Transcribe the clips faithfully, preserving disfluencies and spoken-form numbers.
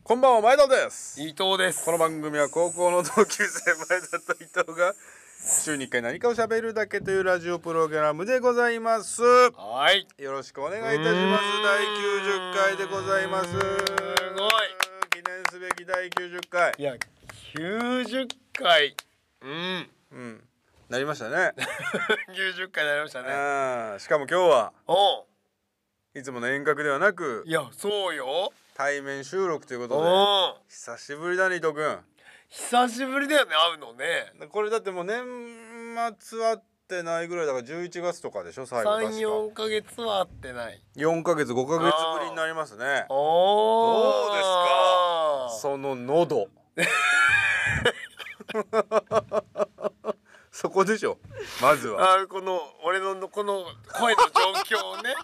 こんばんは、前田です。 伊藤です。 この番組は高校の同級生前田と伊藤が週にいっかい何かを喋るだけというラジオプログラムでございます。 はい、 よろしくお願いいたします。だいきゅうじゅっかいでございます。すごい記念すべきだいきゅうじゅっかい。 いやきゅうじゅっかい、うんうんなりましたね。 きゅうじゅっかいになりましたね。 あしかも今日はおいつもの遠隔ではなく、 いやそうよ、 対面収録ということでお久しぶりだね伊藤君。 久しぶりだよね、会うのね。 これだってもう年末会ってないぐらいだからじゅういちがつとかでしょ、最後確かさん、よんかげつは会ってない。 よんかげつごかげつぶりになりますね。 おどうですかその喉。そこでしょまずは。 あこの俺のこの声の状況をね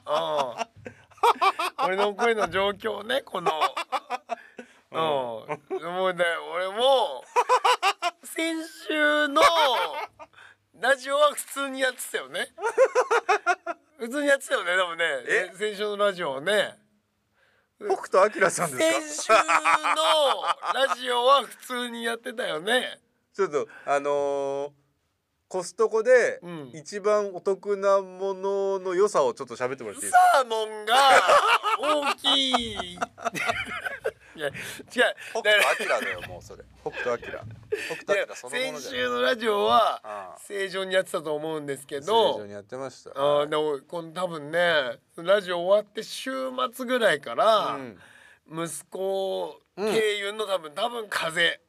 うん俺の声の状況をねこのうんもうね俺も先週のラジオは普通にやってたよね。普通にやってたよね。でもねえ先週のラジオはね北斗晶さんですか。 先週のラジオは普通にやってたよね。 ちょっとあのー、コストコでうん一番お得なものの良さをちょっと喋ってもらっていいですか。 サーモンが大きい。いや違う。 北斗晶だよもうそれ。北斗晶。北斗晶そのものじゃない。 先週のラジオはああ正常にやってたと思うんですけ正ど、 常にやってました。 あでもこの多分ねラジオ終わって週末ぐらいから、うん、息子経由の多分、うん、多分風邪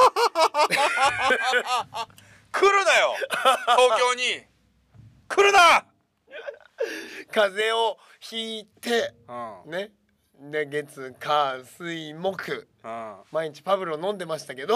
来るなよ東京に来るな。 風邪をひいて、 うん、ねで月火水木、うん、毎日パブロ飲んでましたけど、うん、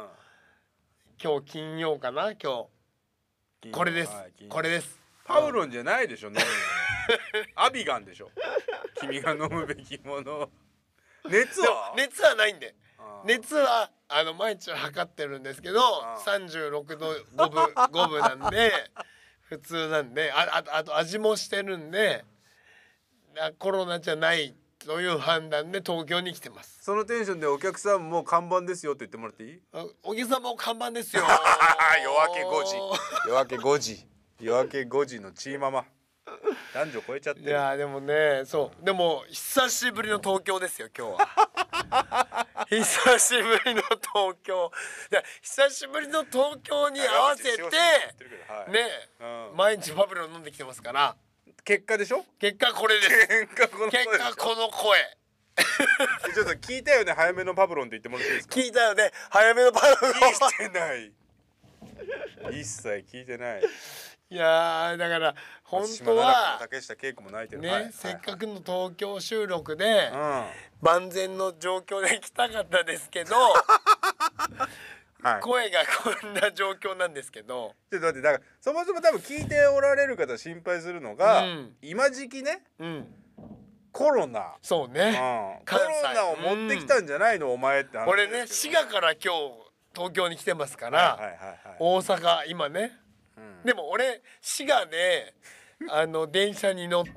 今日金曜かな今日これです、はい、これです。 パウロンじゃないでしょ飲むの。アビガンでしょ君が飲むべきもの。熱は熱はないんで、熱はあの毎日測ってるんですけどさんじゅうろくどごぶごぶなんで普通なんで、あああと味もしてるんでコロナじゃないという判断で東京に来てます。 そのテンションでお客さんも看板ですよって言ってもらっていい？ お客さんも看板ですよ。 夜明けごじ夜明けごじ夜明けごじのチーママ男女超えちゃってる。 いやでもねそうでも久しぶりの東京ですよ今日は。久しぶりの東京で久しぶりの東京に合わせてね、うん、毎日パブロ飲んできてますから結果でしょ。 結果これです。 結果この声。 結果この声。 ちょっと聞いたよね早めのパブロンって言ってもらっていいですか。 聞いたよね早めのパブロン。 聞いてない一切聞いてない。 いやだから本当は竹下恵子も泣いてるね、 はい、 せっかくの東京収録で、うん、万全の状況で来たかったですけど、はい、声がこんな状況なんですけど。 ちょっと待ってだからそもそも多分聞いておられる方心配するのが、うん、今時期ね、うん、コロナそうね、 うん、コロナを持ってきたんじゃないの、うん、お前って話ですけど。 俺ね滋賀から今日東京に来てますから、はいはいはいはい、大阪今ね、うん、でも俺滋賀であの電車に乗って、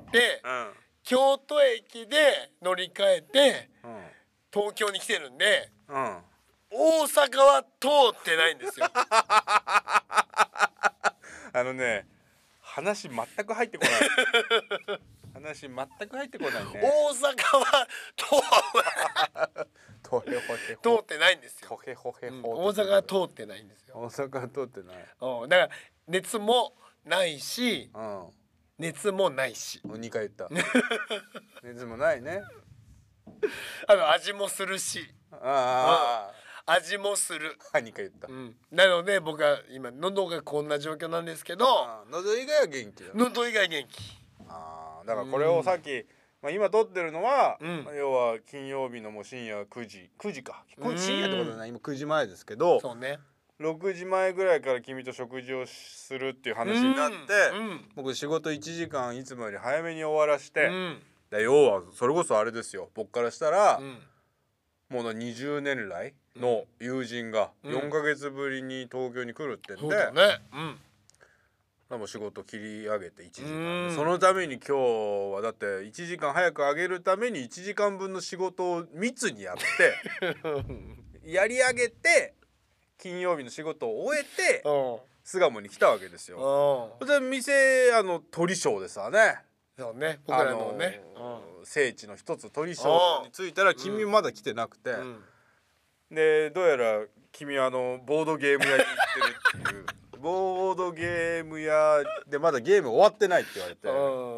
うん、京都駅で乗り換えて、うん、東京に来てるんで、うん、大阪は通ってないんですよ。 あのね話全く入ってこない。話全く入ってこないね。 大阪は通ってないんですよ。 ほへほへほ、うん、 大阪は通ってないんですよ。 大阪は通ってない。 うん、だから熱もないし、うん、熱もないし。 にかい言った。熱もないね。 あの味もするし。 ああ、味もする。 はいにかい言った。 うん、なので僕は今喉がこんな状況なんですけど。 喉以外は元気だ。 喉以外元気。 ああ、だからこれをさっき、うん、まあ今撮ってるのは、うん、要は金曜日のもう深夜くじくじか。深夜ってことはない今くじまえですけど。 そうね。ろくじまえぐらいから君と食事をするっていう話になって、うんうん、僕仕事いちじかんいつもより早めに終わらして、うん、で要はそれこそあれですよ僕からしたら、うん、もうにじゅうねん来の友人がよんかげつぶりに東京に来るってんで、うんねうん、 もう仕事切り上げていちじかん、そのために今日はだっていちじかん早く上げるためにいちじかんぶんの仕事を密にやってやり上げて金曜日の仕事を終えて巣鴨に来たわけですよ。で店あの鳥商でさね、 そうね、僕らのね、 聖地の一つ鳥商に着いたら君まだ来てなくて、でどうやら君はあのボードゲーム屋に行ってるっていうボードゲーム屋でまだゲーム終わってないって言われて、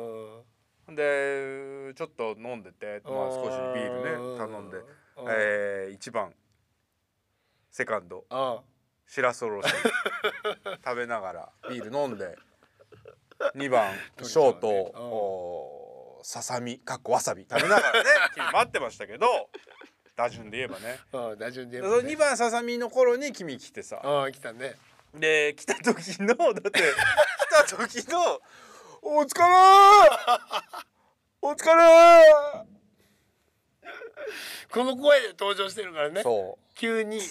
でちょっと飲んでて、まあ、少しビールね頼んで、えー、いちばんセカンドしらすおろし食べながらビール飲んで、にばんショートささみかっこわさび食べながらね君待ってましたけど、打順で言えばね、 打順で言えばね、 にばんささみの頃に君来てさ、 ああ来たね。 で来た時のだって来た時のお疲れーお疲れーこの声で登場してるからね。 そう急に、うん、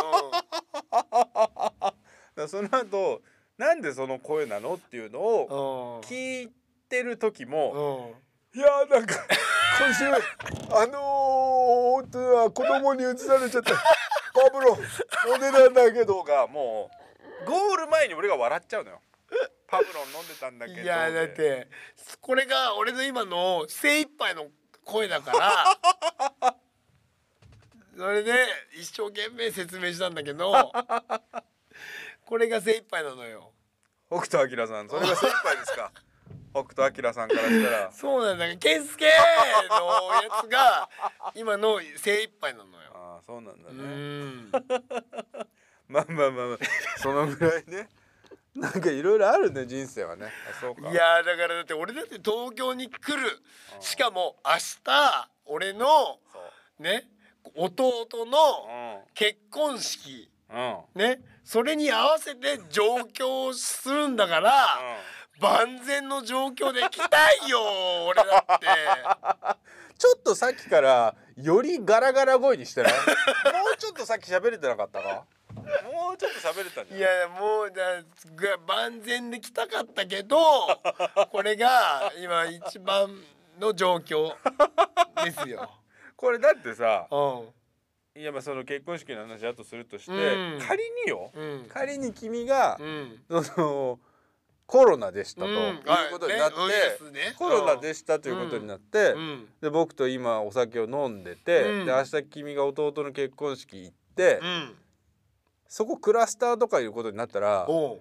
だその後なんでその声なのっていうのを聞いてる時も、いやーなんか今週あのー、本当は子供に移されちゃったパブロン飲んでたんだけどがもうゴール前に俺が笑っちゃうのよ。パブロン飲んでたんだけど。 いやだってこれが俺の今の精一杯の声だからそれで一生懸命説明したんだけどこれが精一杯なのよ。 北斗晶さん、それが精一杯ですか。北斗晶さんからしたらそうなんだけど、ケンスケのやつが今の精一杯なのよ。 ああそうなんだね。まあまあまあ、まあ、そのぐらいねなんかいろいろあるね人生はね。あそうか。 いやだからだって俺だって東京に来る、しかも明日俺のね弟の結婚式、うん、ねそれに合わせて上京するんだから、うん、万全の状況で来たいよ俺だってちょっとさっきからよりガラガラ声にしてないもうちょっとさっき喋れてなかったかもうちょっと喋れたんじゃない？ いやもうだ万全で来たかったけどこれが今一番の状況ですよこれだってさ、 うん、 いやまあその結婚式の話だとするとして、 うん、 仮によ、うん、仮に君が、 うん、 そのコロナでしたと、うん、いうことになって、 うんね、 コロナでしたということになって、うん、で僕と今お酒を飲んでて、うん、で明日君が弟の結婚式行って、うん、そこクラスターとかいうことになったらこ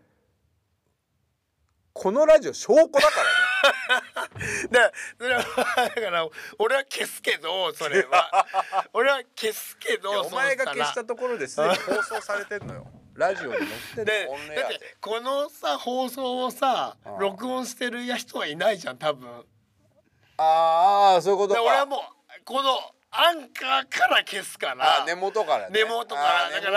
のラジオ証拠だからねだそれはだから俺は消すけどそれは俺は消すけどお前が消したところですでに放送されてんのよラジオに載ってるオンエアで。だってこのさ放送をさ録音してる人はいないじゃん多分。 ああそういうことか。 俺はもうこのアンカーから消すから。 根元からね。 根元からだから、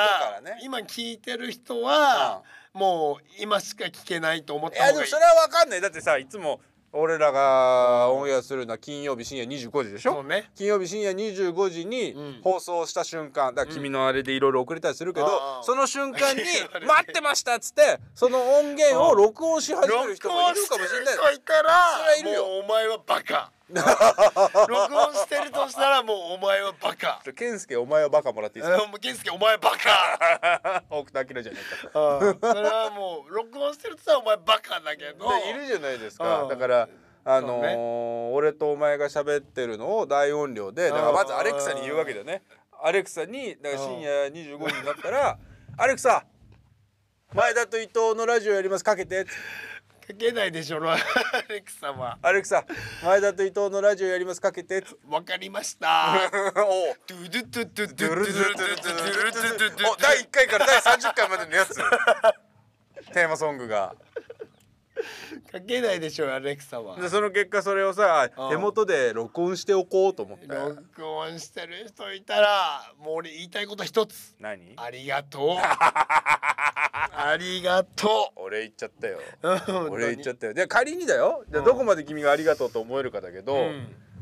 ね、今聞いてる人はもう今しか聞けないと思った方がいい。 いやでもそれは分かんない。だってさいつも俺らがオンエアするのは金曜日深夜にじゅうごじでしょ。 そうね、 金曜日深夜にじゅうごじに放送した瞬間だから君のあれでいろいろ送れたりするけど、うん、その瞬間に「待ってました!」っつってその音源を録音し始める人もいるかもしれない。 録音してる人いたらもうお前はバカ録音してるとしたらもうお前はバカ。 健介お前はバカもらっていいですか。 健介お前はバカ北斗晶じゃないか。それはもう録音してるとしたらお前バカだけどいるじゃないですか。だからあのーね、俺とお前が喋ってるのを大音量でだからまずアレクサに言うわけだよね。アレクサにだから深夜にじゅうごじになったら「アレクサ前田と伊藤のラジオやりますかけて」ってかけないでしょアレクサは。 アレクサ前田と伊藤のラジオやりますかけて。 わかりました。おドゥドゥドゥドゥドゥドゥドゥドゥドゥドゥドゥ。 おだいいっかいからだいさんじゅっかいまでのやつテーマソングがかけないでしょアレクサは。 でその結果それをさ手元で録音しておこうと思って録音してる人いたらもう俺言いたいこと一つ。 何？ ありがとうありがとう。 俺言っちゃったよ俺言っちゃったよ。で仮にだよでどこまで君がありがとうと思えるかだけど、うん、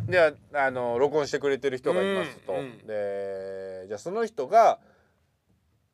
であの録音してくれてる人がいますと、うんうん、でじゃあその人が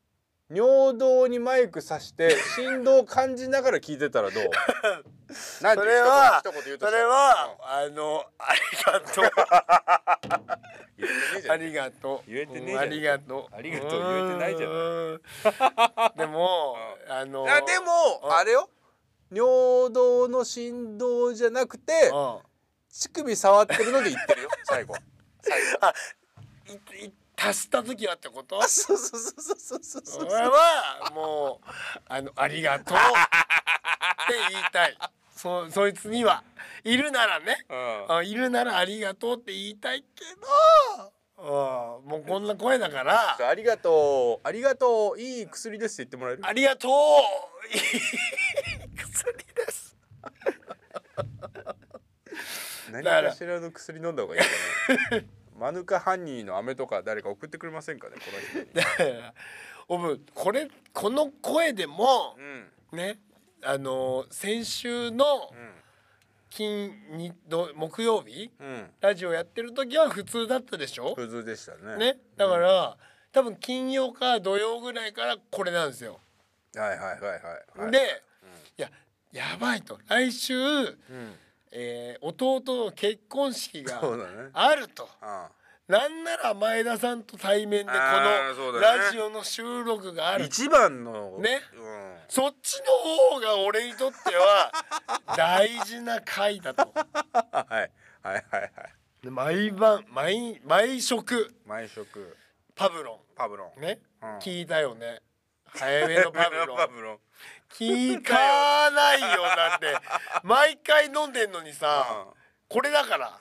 尿道にマイクさして振動を感じながら聞いてたらどう？ なんそれはそれは、うん、あのありがとう言ってねえじゃん。 ありがとう言えてねえじゃん。 ありがとうありがとう言えてないじゃないでも、うん、あのあでもあれよ、尿道の振動じゃなくて乳首触ってるので言ってるよ最後最後あいい足した時はってこと？ そうそうそうそうそうそう。 俺はもうあのありがとうって言いたい。そそいつにはいるならね、うん、いるならありがとうって言いたいけど、うん、もうこんな声だからありがとうありがとういい薬ですって言ってもらえる？ ありがとういい薬です何かしらの薬飲んだ方がいいかなマヌカハニーの飴とか誰か送ってくれませんかねこの人におぶこれこの声でも、 うん、 ねあの先週の金にど木曜日、うん、ラジオやってる時は普通だったでしょ？ 普通でしたね。 ねだから、うん、多分金曜か土曜ぐらいからこれなんですよ。 はいはいはいはい。 で、うん、いややばいと来週、うんえー、弟の結婚式があると、ね、ああなんなら前田さんと対面でこのラジオの収録がある、 一番のね、うん、そっちの方が俺にとっては大事な回だとはいはいはいはい毎晩毎毎食毎食パブロンパブロンね、うん、聞いたよね早めのパブロンパブロン聞かないよだって毎回飲んでんのにさ、うん、これだから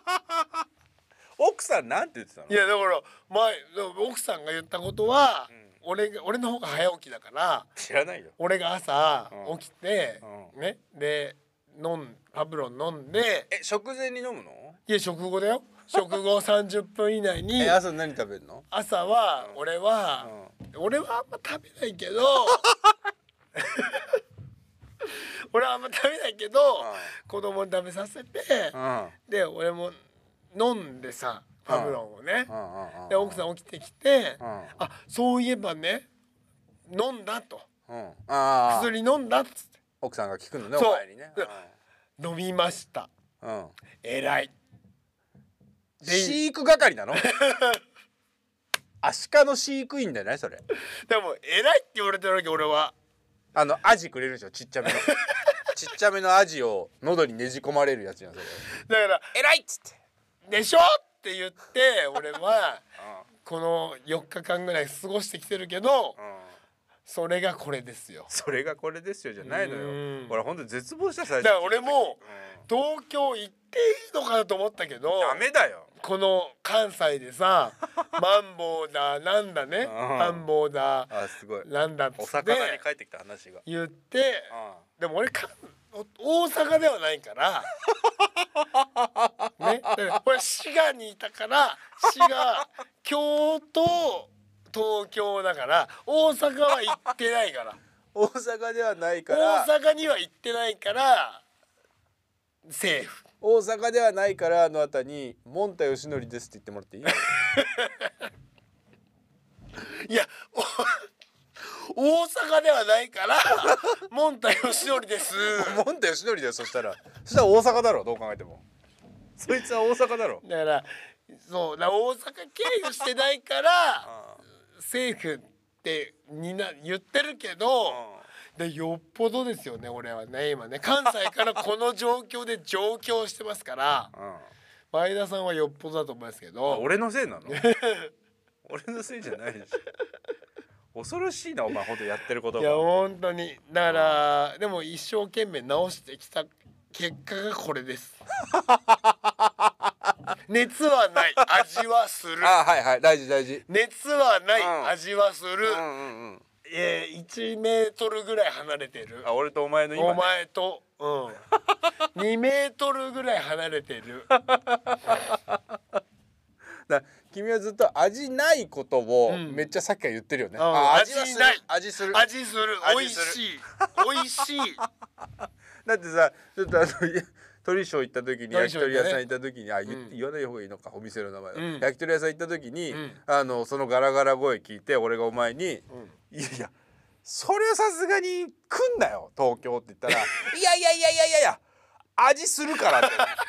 奥さんなんて言ってたの？ いやだから前奥さんが言ったことは、うん、俺が俺の方が早起きだから知らないよ。 俺が朝起きて、うん、ねで飲んパブロン飲んでえ食前に飲むの？ いや食後だよ食後さんじゅっぷん以内にえ朝何食べるの？ 朝は、うん、俺は、うん、俺はあんま食べないけど俺はあんま食べないけど、うん、子供に食べさせて、うん、で俺も飲んでさパブロンをね、うん、で奥さん起きてきて、うん、あそういえばね飲んだと、うん、あ薬飲んだっつって奥さんが聞くのねお前にね、 うん、飲みました、うん、偉い飼育係なのアシカの飼育員だよねそれでも偉いって言われてるわけ俺はあのアジくれるでしょちっちゃめのちっちゃめのアジを喉にねじ込まれるやつやんそれだから偉いっつってでしょって言って俺はこのよっかかんぐらい過ごしてきてるけど、うん、それがこれですよそれがこれですよじゃないのよ俺ほんと絶望した最初だから俺も東京行っていいのかなと思ったけどダメだよこの関西でさマンボウだなんだねマンボウだあすごいなんだっつってお魚に帰ってきた話が言ってでも俺か大阪ではないからねこれ滋賀にいたから滋賀京都東京だから大阪は行ってないから大阪ではないから大阪には行ってないからセーフ大阪ではないからのあたにもんたよしのりですって言ってもらっていいいや大阪ではないからもんたよしのりですもんたよしのりだよそしたらそしたら大阪だろどう考えてもそいつは大阪だろだからそうだ大阪経由してないからセーフってみんな言ってるけどでよっぽどですよね俺はね今ね関西からこの状況で上京してますから前田さんはよっぽどだと思いますけど俺のせいなの俺のせいじゃないでしょ恐ろしいなお前ほんとやってることがいや本当にだからでも一生懸命直してきた結果がこれです熱はない味はするあはいはい大事大事熱はない、うん、味はする、うんうんうんえー、いちメートルぐらい離れてるあ俺とお前の今、ね、 お前と、うん、にメートルぐらい離れてるだ君はずっと味ないことをめっちゃさっきから言ってるよね、うん、 あ味ない味する味する美味しい美味しいだってさちょっとあの鳥ショー行った時に、焼き鳥屋さん行った時に、あ、言わない方がいいのか、お店の名前を、焼き鳥屋さん行った時に、あのそのガラガラ声聞いて、俺がお前に、いやいやそれはさすがに来んなよ東京って言ったらいやいやいやいやいやいや味するからって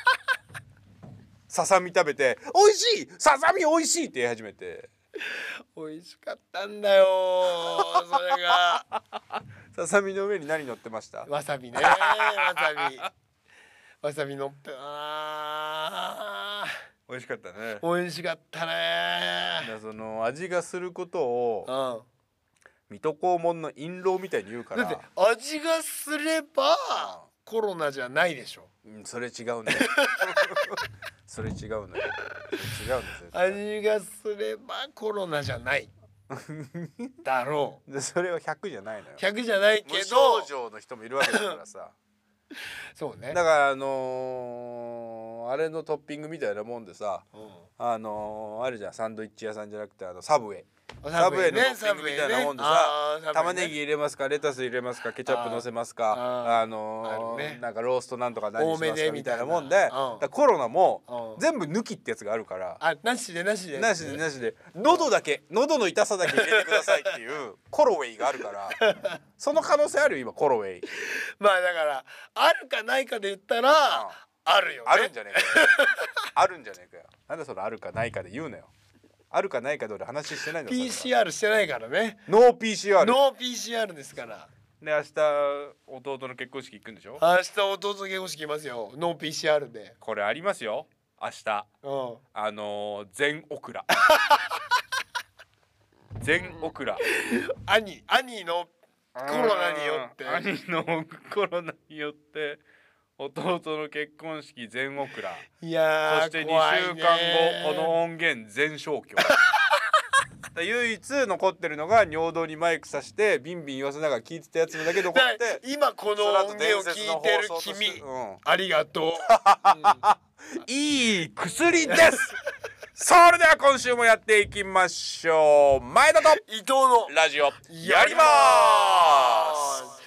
ささみ食べて美味しいささみ美味しいって言い始めて、 美味しかったんだよそれがささみの上に何乗ってました？ わさびね、わさびわさび乗ってあ美味しかったね。 美味しかったね。 だその味がすることを、 うん水戸黄門の印籠みたいに言うから。 だって味がすればコロナじゃないでしょ。 うん、それ違うんだよそれ違うのよ。それ違うんですよ。 味がすればコロナじゃないだろう。 でそれはひゃくじゃないのよ。 ひゃくじゃないけど無症状の人もいるわけだからさそうね。 だからあのー、あれのトッピングみたいなもんでさ、うん、あのー、あるじゃん、サンドイッチ屋さんじゃなくてあのサブウェイサブウェイのトッピングみたいなもんでさ、ね、玉ねぎ入れますか、レタス入れますか、ケチャップ乗せますか、あ、あのーね、なんかローストなんとか何しますかみたいなもんで、だコロナも全部抜きってやつがあるから、 あ、なしでなしでなしでなしで喉だけ、喉の痛さだけ入れてくださいっていうコロウェイがあるからその可能性あるよ今コロウェイ。 まあだからあるかないかで言ったら、うん、あるよね。 あるんじゃねえかよあるんじゃねえかよ。なんでそれあるかないかで言うのよ。あるかないかで俺話してないんだよ。 ピーシーアール してないからね。 ノー ピーシーアールノー ピーシーアール ですから。 で明日弟の結婚式行くんでしょ。 明日弟の結婚式行きますよ、ノー ピーシーアール で。 これありますよ明日、うん、あのー、全オクラ全オクラ兄兄のコロナによって兄のコロナによって弟の結婚式全オクラ。 いやそしてにしゅうかんごこの音源全消去唯一残ってるのが尿道にマイクさしてビンビン言わせながら聞いてたやつだけ残って、 今この音源を聞いてる君、うん、ありがとう、 うん、いい薬ですそれでは今週もやっていきましょう。前田と伊藤のラジオやりまーす。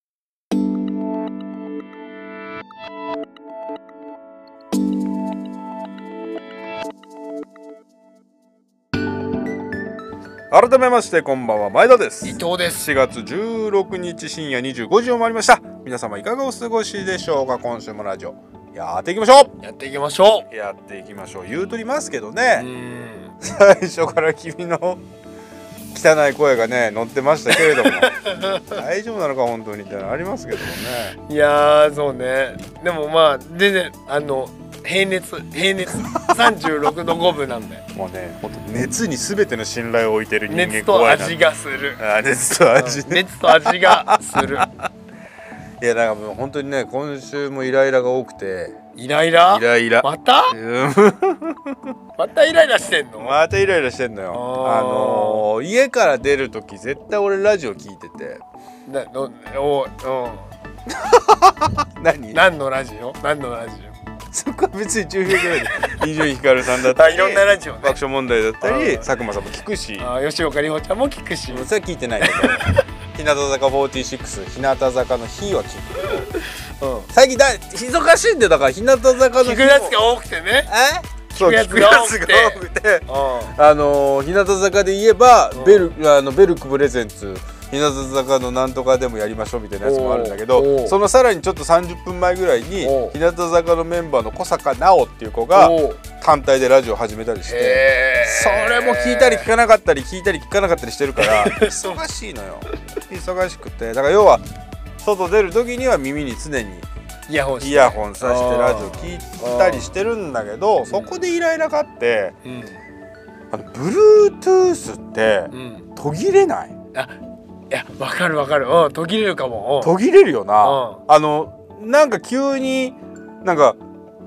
改めましてこんばんは、前田です。 伊藤です。 しがつじゅうろくにち深夜にじゅうごじを回りました。皆様いかがお過ごしでしょうか。今週もラジオやっていきましょうやっていきましょうやっていきましょう言うとりますけどね、うん最初から君の汚い声がね乗ってましたけれども大丈夫なのか本当にってのありますけどもね。 いやーそうね。でもまあ全然あの平熱平熱さんじゅうろくどごぶなんでもうね本当熱に全ての信頼を置いてる人間熱と味がする。 あ熱と味、ね、 熱と味がするいやだからもう本当にね今週もイライラが多くて。 イライライライラまたまたイライラしてんの。 またイライラしてんのよ。あのー、家から出るとき絶対俺ラジオ聞いててなのおお何何のラジオ何のラジオそこは別に重要じゃない伊集院光さんだったりいろんなラジオ、ね、 爆笑問題だったり佐久間さんも聞くしあ吉岡里帆ちゃんも聞くしそれは聞いてないけど日向坂フォーティーシックス日向坂の日は聞く、うん、最近だ忙しいんでだから日向坂の日聞くやつが多くてねえそう聞くやつが多くてあの日向坂で言えばベルあのベルクプレゼンツ日向坂のなんとかでもやりましょうみたいなやつもあるんだけどそのさらにちょっとさんじゅっぷんまえぐらいに日向坂のメンバーの小坂直っていう子が単体でラジオ始めたりしてそれも聞いたり聞かなかったり聞いたり聞かなかったりしてるから忙しいのよ忙しくてだから要は外出る時には耳に常にイヤホンイヤホンさしてラジオ聞いたりしてるんだけどそこでイライラがあってあの Bluetooth って途切れない？ あいや分かる分かる、うん、途切れるかも、 途切れるよな、うん、あのなんか急になんか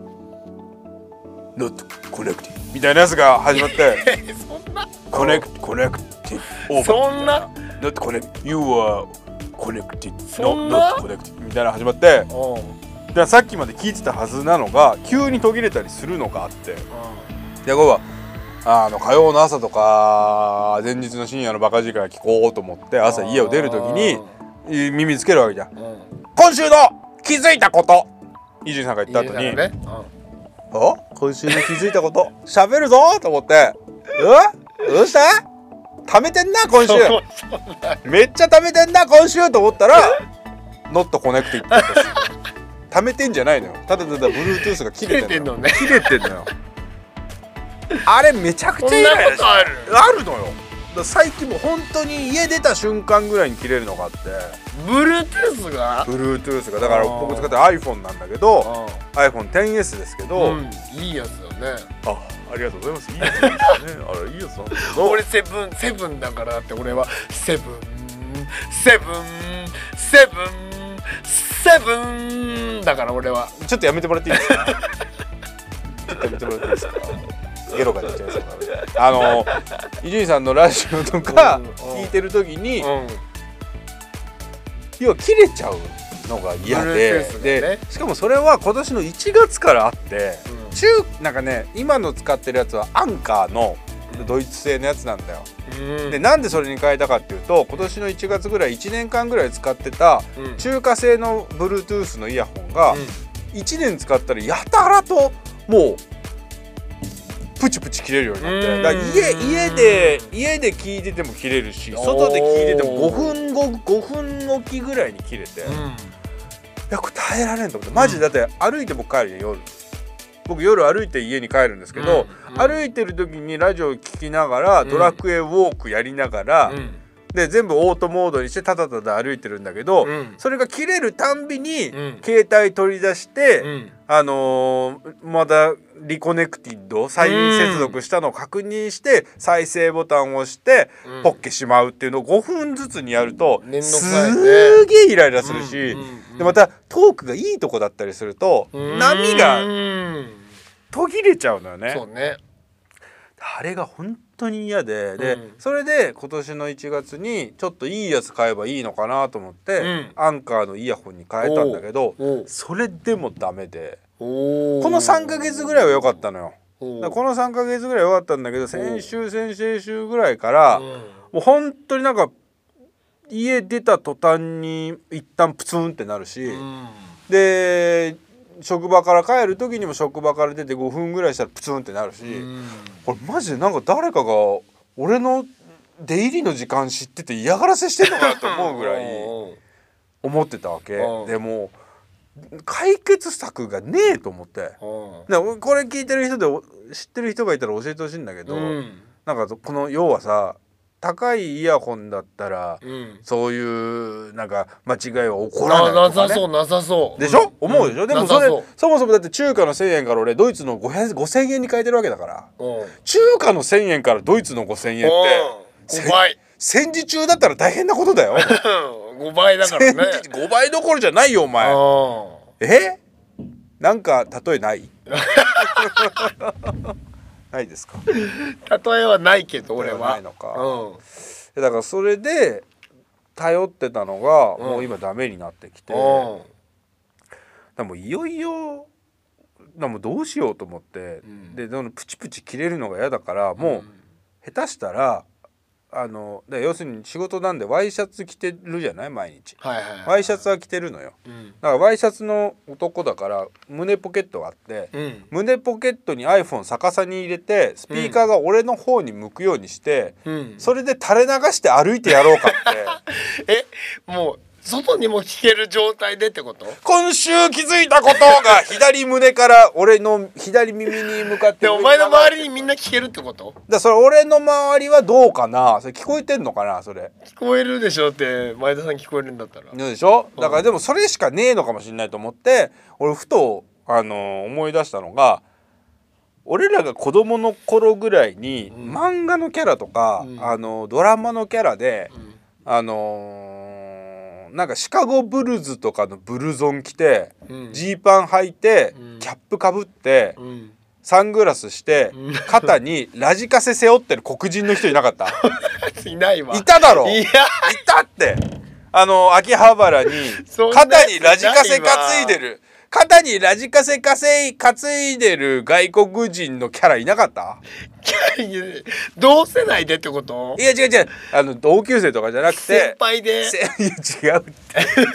Not connected みたいなやつが始まってそんな Connect connected そんな Not connected You are connected Not, not connected みたいな始まってでさっきまで聞いてたはずなのが急に途切れたりするのがあってでこれはあの火曜の朝とか前日の深夜のバカ力聞こうと思って朝家を出るときに耳つけるわけじゃん、うん、今週の気づいたこと伊集院さんが言った後に、 ね、 うん、お今週の気づいたこと喋るぞと思って、うどうした貯めてんな今週めっちゃ貯めてんな今週と思ったらノットコネクティッドです貯めてんじゃないのよ、ただただ Bluetooth が切れてんのよ、切れてんのよあれめちゃくちゃいいのよ。 あるあるのよ。だ最近も本当に家出た瞬間ぐらいに切れるのがあって、 Bluetooth が Bluetooth がだから僕使ってる iPhone なんだけど アイフォンテンエス ですけど、うん、 いいやつだね。 あ、ありがとうございます。いいやつですね。あれいいやつなんだけど俺セブンセブンだからだって、俺はセブンセブンセブンセブンだから俺は。 ちょっとやめてもらっていいですかちょっとやめてもらっていいですかゲロが出ちゃいそうなので、あの伊集院さんのラジオとか聞いてる時に、うんうん、要は切れちゃうのが嫌で、ね、でしかもそれは今年のいちがつからあって、うん、中なんかね今の使ってるやつはアンカーのドイツ製のやつなんだよ、うん、でなんでそれに変えたかっていうと、今年のいちがつぐらいいちねんかんぐらい使ってた中華製の Bluetooth のイヤホンがいちねん使ったらやたらともうプチプチ切れるようになって、だから家家で家で聞いてても切れるし、外で聞いててもごふんごごふんおきぐらいに切れて、うん、いやこれ耐えられんと思って、マジでだって歩いて僕帰るよ夜、僕夜歩いて家に帰るんですけど、うんうん、歩いてる時にラジオ聴きながら、うん、ドラクエウォークやりながら、うん、で全部オートモードにしてただただ歩いてるんだけど、うん、それが切れるたんびに、うん、携帯取り出して、うん、あのー、まだリコネクティッド再接続したのを確認して再生ボタンを押してポッケしまうっていうのをごふんずつにやるとすげえイライラするし、でまたトークがいいとこだったりすると波が途切れちゃうのよね。 そうね。 あれが本当に嫌で、で、うん、それで今年のいちがつにちょっといいやつ買えばいいのかなと思って、うん、アンカーのイヤホンに変えたんだけど、それでもダメで、このさんかげつぐらいは良かったのよ。だこのさんかげつぐらいは良かったんだけど、先週先々週ぐらいから、うん、もう本当になんか家出た途端に一旦プツンってなるし、うん、で職場から帰る時にも職場から出てごふんぐらいしたらプツンってなるし、これマジでなんか誰かが俺の出入りの時間知ってて嫌がらせしてんのかなと思うぐらい思ってたわけ。でも解決策がねえと思って、でこれ聞いてる人で知ってる人がいたら教えてほしいんだけど、なんかこの要はさ、高いイヤホンだったら、うん、そういうなんか間違いは起こらないとかね。 なさそうなさそうでしょ、うん、思うでしょ、うん、でもそれ そ, そもそもだって中華のせんえんから俺ドイツのごせんえんに変えてるわけだから、中華のせんえんからドイツのごせんえんってごばい、 戦時中だったら大変なことだよごばいだからね。 ごばいどころじゃないよお前。えなんか例えないないですか。 例えはないけど俺はないのか、うん、だからそれで頼ってたのがもう今ダメになってきて、うん、でもいよいよでもどうしようと思って、うん、でそのプチプチ切れるのが嫌だからもう下手したらあので要するに仕事なんでワイシャツ着てるじゃない毎日、はいはいはいはい、ワイシャツは着てるのよ、うん、だからワイシャツの男だから胸ポケットがあって、うん、胸ポケットに iPhone 逆さに入れてスピーカーが俺の方に向くようにして、うん、それで垂れ流して歩いてやろうかってえもう外にも聞ける状態でってこと？ 今週気づいたことが左胸から俺の左耳に向かってでお前の周りにみんな聞けるってこと？ だそれ俺の周りはどうかな、それ聞こえてんのかな、それ聞こえるでしょって前田さん聞こえるんだったらでしょ、だからでもそれしかねえのかもしれないと思って俺ふとあの思い出したのが、俺らが子供の頃ぐらいに、うん、漫画のキャラとか、うん、あのドラマのキャラで、うん、あのーなんかシカゴブルズとかのブルゾン着てジー、うん、パン履いて、うん、キャップかぶって、うん、サングラスして、うん、肩にラジカセ背負ってる黒人の人いなかった？ いないわ。 いただろ。 いやいたってあの秋葉原に肩にラジカセ担いでる肩にラジカセ担いでる外国人のキャラいなかった？ 同世代でってこと？ いや違う違うあの同級生とかじゃなくて先輩でいや違うって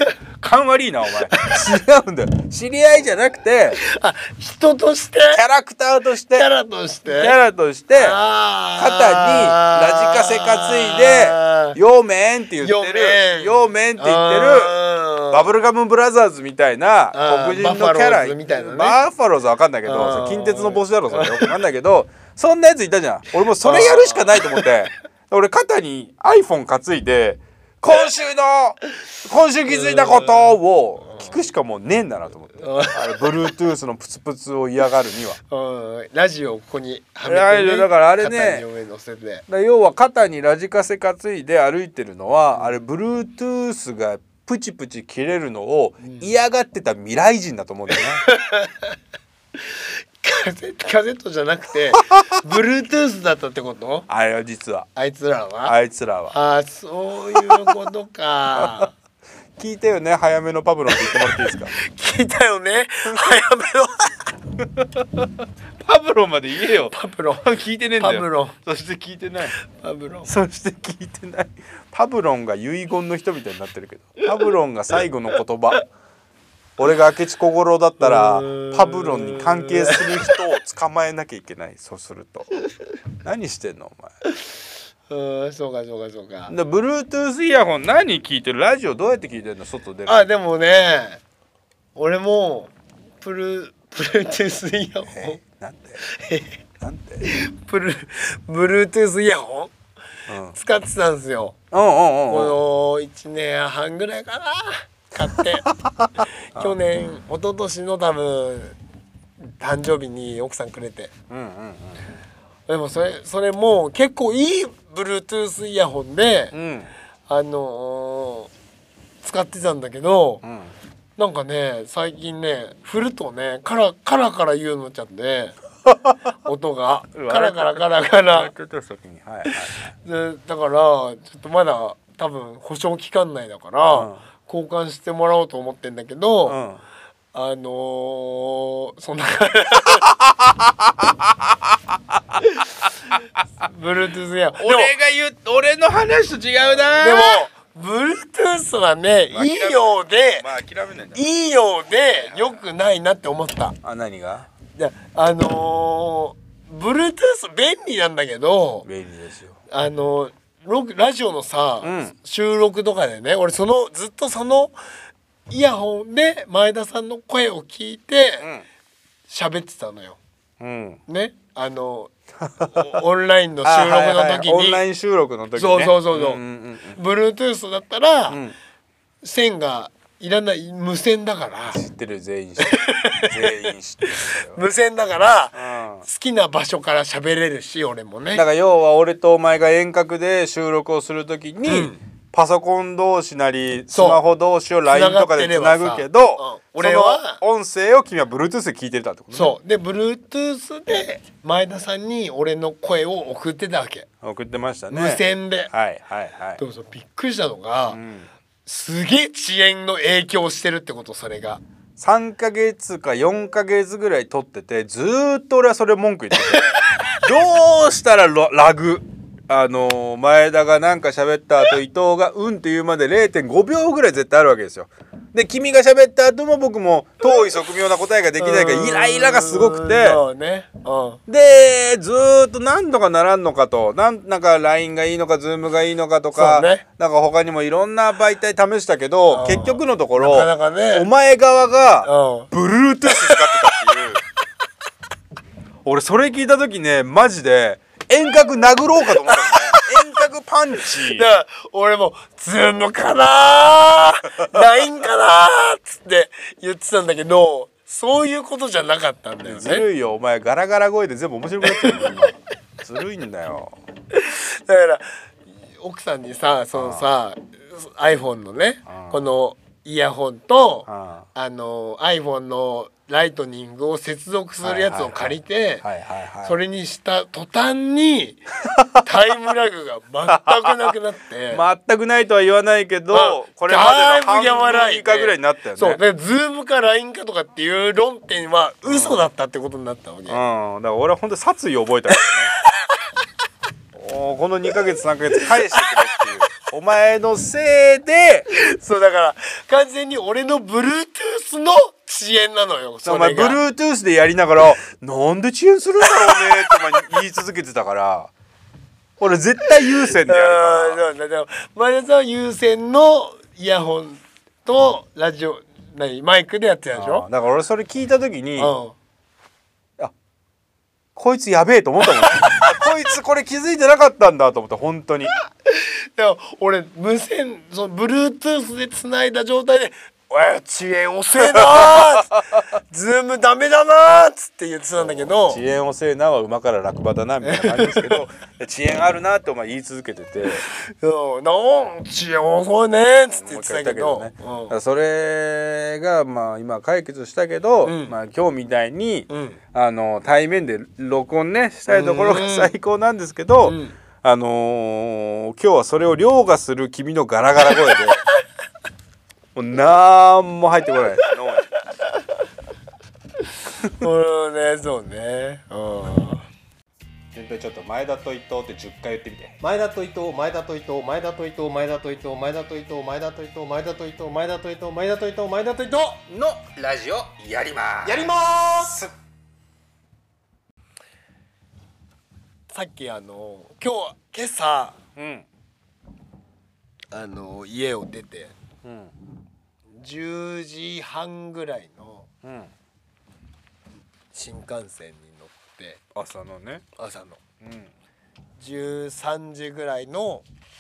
勘悪いなお前。違うんだよ。知り合いじゃなくて、 あ、人として、 キャラクターとして、 キャラとして、 キャラとして肩にラジカセ担いで「よーめん」って言ってる「よーめん」って言ってるバブルガムブラザーズみたいな黒人のキャラ、バッファローズは分かんないけど、近鉄の帽子だろそれ、よく分かんないけど、そんなやついたじゃん。俺もそれやるしかないと思って、俺肩に iPhone 担いで今週の今週気づいたことを聞くしかもうねえんだなと思って、あれ Bluetooth のプツプツを嫌がるにはラジオをここにはめて、ね、 だからあれね、要は肩にラジカセ担いで歩いてるのは、うん、あれ Bluetooth がプチプチ切れるのを嫌がってた未来人だと思うんだよね、 うんカセカセットじゃなくてBluetooth だったってこと？ あれは実はあいつらはあいつらはあ、そういうことか聞いたよね、早めのパブロンって言ってもらっていいですか？ 聞いたよね、早めのパブロンまで言えよ。 パブロン聞いてねえんだよ。 パブロンそして聞いてない。 パブロンそして聞いてない。パブロンが遺言の人みたいになってるけど、パブロンが最後の言葉。俺が明智小五郎だったらパブロンに関係する人を捕まえなきゃいけない。そうすると何してんのお前。うん、そうかそうかそうか。 で Bluetooth イヤホン何聞いてる？ラジオどうやって聞いてるの？外出る？ あ、でもね、俺もプル Bluetooth イヤホンなんでなんでプル Bluetooth イヤホン、うん、使ってたんですよ。 うんうんうんうん、 このいちねんはんぐらいかな、買って去年一昨年の多分誕生日に奥さんくれて、うんうんうん、でもそれそれも結構いい Bluetooth イヤホンで、うん、あのー、使ってたんだけど、うん、なんかね最近ね振るとねカラカラカラ言うようになっちゃって音がカラカラカラカラでだからちょっとまだ多分保証期間内だから、うん、交換してもらおうと思ってんだけど、うん、あのー、そんなBluetooth や俺が言う俺の話と違うな。 でも Bluetooth はね、まあ、いいようで、まあ、諦めないんだいいようで良くないなって思った。 あ、何が？ であのー、Bluetooth 便利なんだけど、 便利ですよ。 あのーラジオのさ、うん、収録とかでね、俺そのずっとそのイヤホンで前田さんの声を聞いて喋、うん、ってたのよ、うん、ね、あのオンラインの収録の時にはい、はい、 オンライン収録の時に、ね、 そうそうそうそう、うんうんうん、Bluetooth だったら、うん、線がいらない無線だから知ってる、全員知ってる全員知ってる無線だから、うん、好きな場所から喋れるし、俺もね。 だから要は俺とお前が遠隔で収録をするときに、うん、パソコン同士なりスマホ同士を ライン とかでつなぐけど、うん、俺はその音声を君は Bluetooth で聞いてたってことね。 そうで Bluetooth で前田さんに俺の声を送ってたわけ。 送ってましたね、 無線で。 はいはいはい。 でもそうびっくりしたのが、うん、すげえ遅延の影響してるってこと。それがさんかげつかよんかげつぐらい撮ってて、ずーっと俺はそれ文句言っててどうしたらラグ、あのー、前田がなんか喋った後伊藤がうんって言うまで れいてんごびょうぐらい絶対あるわけですよ。で君が喋った後も僕も遠い側面な答えができないからイライラがすごくて、 そうね、うん、 でずーっと何とかならんのかと、なんなんか ライン がいいのか Zoom がいいのかとか、ね、なんか他にもいろんな媒体試したけど、結局のところなかなか、ね、お前側が Bluetooth 使ってたっていう俺それ聞いた時ねマジで遠隔殴ろうかと思ったのね遠隔パンチ。 だから俺もズームかなー ライン かなーっつって言ってたんだけど、そういうことじゃなかったんだよね。 ずるいよお前、ガラガラ声で全部面白くなっちゃうよずるいんだよ。 だから奥さんにさ、そのさ iPhone のねこのイヤホンとあの iPhone のライトニングを接続するやつを借りてそれにした途端にタイムラグが全くなくなって全くないとは言わないけどこれまでの半分以下ぐらいになったよね。 そうで Zoom か ライン かとかっていう論点は嘘だったってことになったわけ、うん、だから俺は本当に殺意を覚えたからねおこのにかげつさんかげつ返してくれっていうお前のせいでそうだから完全に俺の Bluetooth の遅延なのよ。 お前 Bluetooth でやりながらなんで遅延するんだろうねってお前言い続けてたから俺絶対有線でやるから。 前田さんは有線のイヤホンとラジオ何マイクでやってたでしょ。 だから俺それ聞いた時に、うん、あこいつやべえと思ったもんこいつこれ気づいてなかったんだと思った本当に。 でも俺無線その Bluetooth でつないだ状態でおい遅延遅えなーズームダメだなーっつって言ってたんだけど遅延遅えなは馬から落馬だなみたいな感じですけど遅延あるなってお前言い続けててうんなん遅延遅いねーっつって言ってたけど、ねうん、それがまあ今解決したけど、うん、まあ今日みたいに、うん、あの対面で録音ねしたいところが最高なんですけど、うん、あのー、今日はそれを凌駕する君のガラガラ声でもうなんも入ってこない脳に。 これねそうね。 順平ちょっと前田と伊藤ってじゅっかい言ってみて。 前田と伊藤前田と伊藤前田と伊藤前田と伊藤前田と伊藤前田と伊藤前田と伊藤前田と伊藤前田と伊藤前田と伊藤のラジオやりますやりますさっきあの今日今朝、うん、あの家を出て、うん、じゅうじはんぐらいの新幹線に乗って朝のね朝の、うん、じゅうさんじぐらいの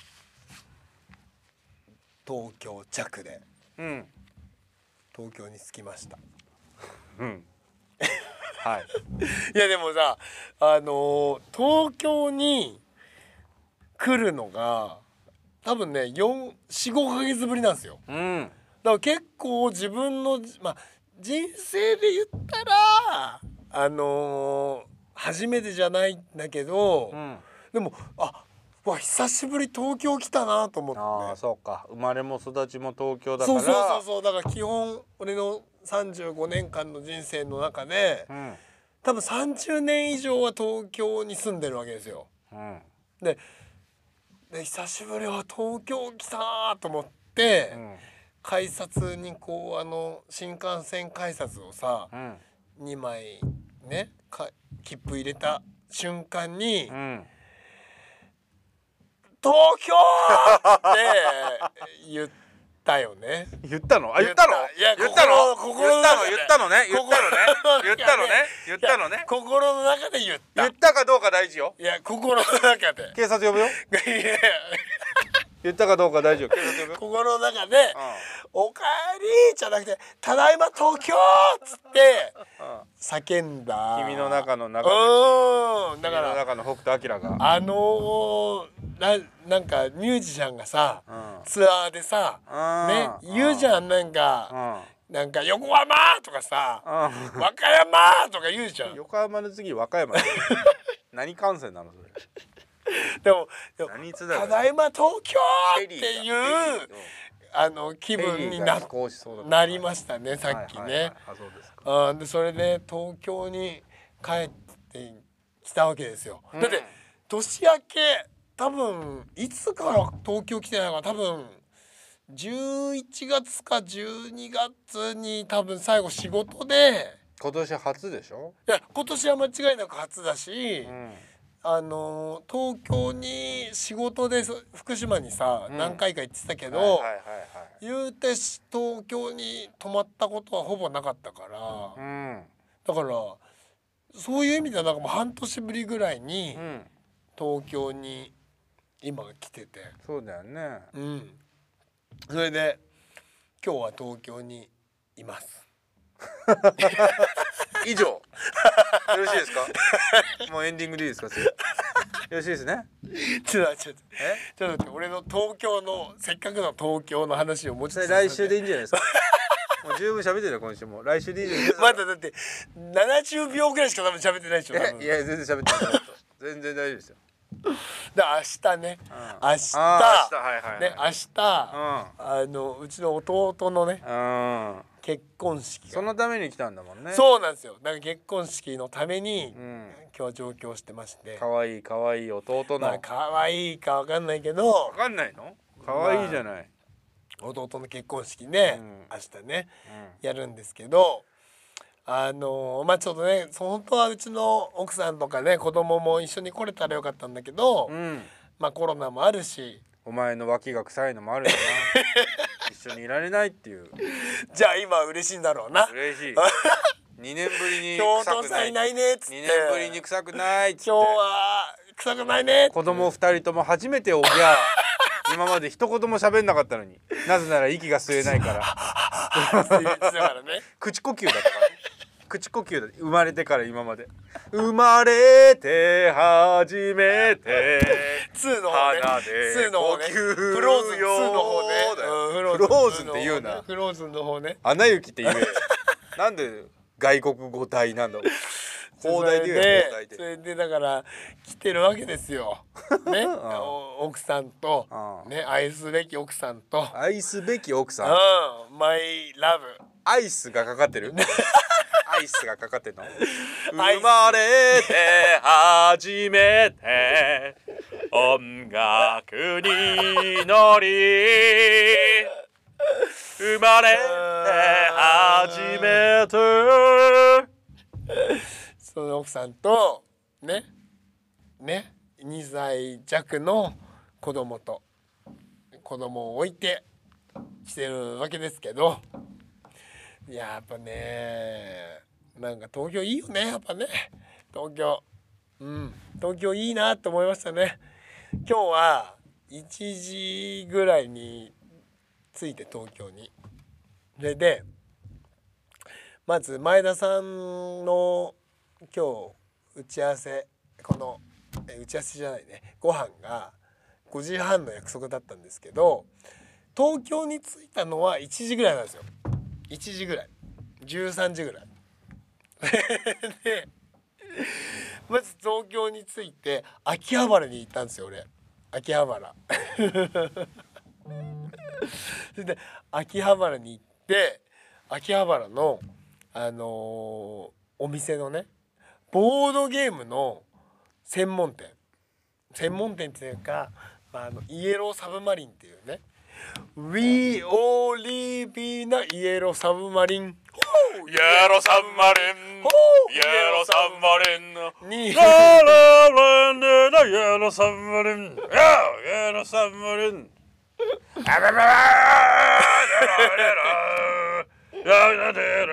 東京着で、うん、東京に着きました。うんはい、いやでもさあのー、東京に来るのが多分ねよん、よん、ごかげつぶりなんですよ、うん、だから結構自分の、まあ、人生で言ったらあのー、初めてじゃないんだけど、うん、でもあわ久しぶり東京来たなと思って。 ああそうか生まれも育ちも東京だからそうそうそうそうだから基本俺のさんじゅうごねんかんの人生の中で、うん、多分さんじゅうねん以上は東京に住んでるわけですよ、うん、で, で久しぶりは東京来たなと思って、うん、改札にこうあの新幹線改札をさ、うん、にまいねか切符入れた瞬間に、うん、東京って言ってだよね。 言ったの？あ、言ったの？いや、言ったの？言ったの？言ったのね。言ったのね。言ったのね。言ったのね。 心の中で言った。 言ったかどうか大事よ。 いや、心の中で。 警察呼ぶよ。言ったかどうか大事よ。警察呼ぶよ。 心の中で、おかえりじゃなくて、ただいま東京っつって叫んだ。 君の中の中。うん。だから。君の中の北斗晶が。 あのななんかミュージシャンがさ、うん、ツアーでさ、ね言うじゃんなんか、うん、なんか横浜とかさ、うん、和歌山とか言うじゃん。 横浜の次和歌山何幹線なのそれ。 でもでもただいま東京っていうあの気分に な, なりましたねさっきね。あでそれで東京に帰ってきたわけですよ。だって年明け多分いつから東京来てないのか多分じゅういちがつかじゅうにがつに多分最後仕事で今年初でしょ。 いや今年は間違いなく初だし、うん、あの東京に仕事で福島にさ、うん、何回か行ってたけど言うて東京に泊まったことはほぼなかったから、うん、だからそういう意味ではなんかもう半年ぶりぐらいに東京に今来てて。 そうだよね。 うん。それで今日は東京にいます。 以上。よろしいですか？もうエンディングでいいですか？よろしいですね。 ちょっとちょっとえちょっと待って俺の東京のせっかくの東京の話をもうちょっと来週でいいんじゃないですか？もう十分喋ってるよ今週も。来週でいいじゃないですか。 まだだってななじゅうびょうぐらいしか多分喋ってないでしょ。いや全然喋ってない。全然大丈夫ですよ。 で明日ね、うん、明日、はいはい、ね明日、うん、あのうちの弟のね、うん、結婚式そのために来たんだもんね。 そうなんですよ。だから結婚式のために、うん、今日は上京してまして。 可愛い可愛い弟の。 まあ可愛いかわかんないけど。わかんないの？ 可愛いじゃない。 弟の結婚式ね、 うん明日ね、 うんやるんですけど、あのまあちょっとね、本当はうちの奥さんとかね子供も一緒に来れたらよかったんだけど、 うん、 まあコロナもあるし、 お前の脇が臭いのもあるよな一緒にいられないっていう。 じゃあ今嬉しいんだろうな。 嬉しいにねんぶりに今日臭くないお父さんいないねっつってにねんぶりに臭くないっつって、 今日は臭くないねって子供ふたりとも初めておぎゃ今まで一言も喋んなかったのに、なぜなら息が吸えないからって言ってたからね口呼吸だったからね口呼吸だ、生まれてから今まで生まれて初めてツーの方ね、 鼻ツでーの方ね、 呼吸フローズンツーの方ね、うんフローズンって言うな、 フローズンの方ね、 アナ雪って言えなんで外国語体なの放題で言えよ放題で。 それでだから来てるわけですよねお奥さんとね、愛すべき奥さんと愛すべき奥さん、 うん、マイラブアイスがかかってるアイスがかかってんのアイス生まれて初めて音楽に乗り生まれて初めてその奥さんとねねにさい弱の子供と子供を置いて来てるわけですけど、いややっぱねなんか東京いいよね、やっぱね東京、うん東京いいなって思いましたね。今日はいちじぐらいに着いて東京に、それでまず前田さんの今日打ち合わせ、このえ打ち合わせじゃないねご飯がごじはんの約束だったんですけど、東京に着いたのはいちじぐらいなんですよ。いちじぐらい、じゅうさんじぐらいでまず東京に着いて秋葉原に行ったんですよ俺。秋葉原それで秋葉原に行って、秋葉原のあのー、お店のねボードゲームの専門店専門店っていうか、まあ、あのイエローサブマリンっていうね We all live in a yellow submarine イエローサブマリンイエローサブマリンにララランデライエローサブマリンイエローサブマリンあばばばイエロー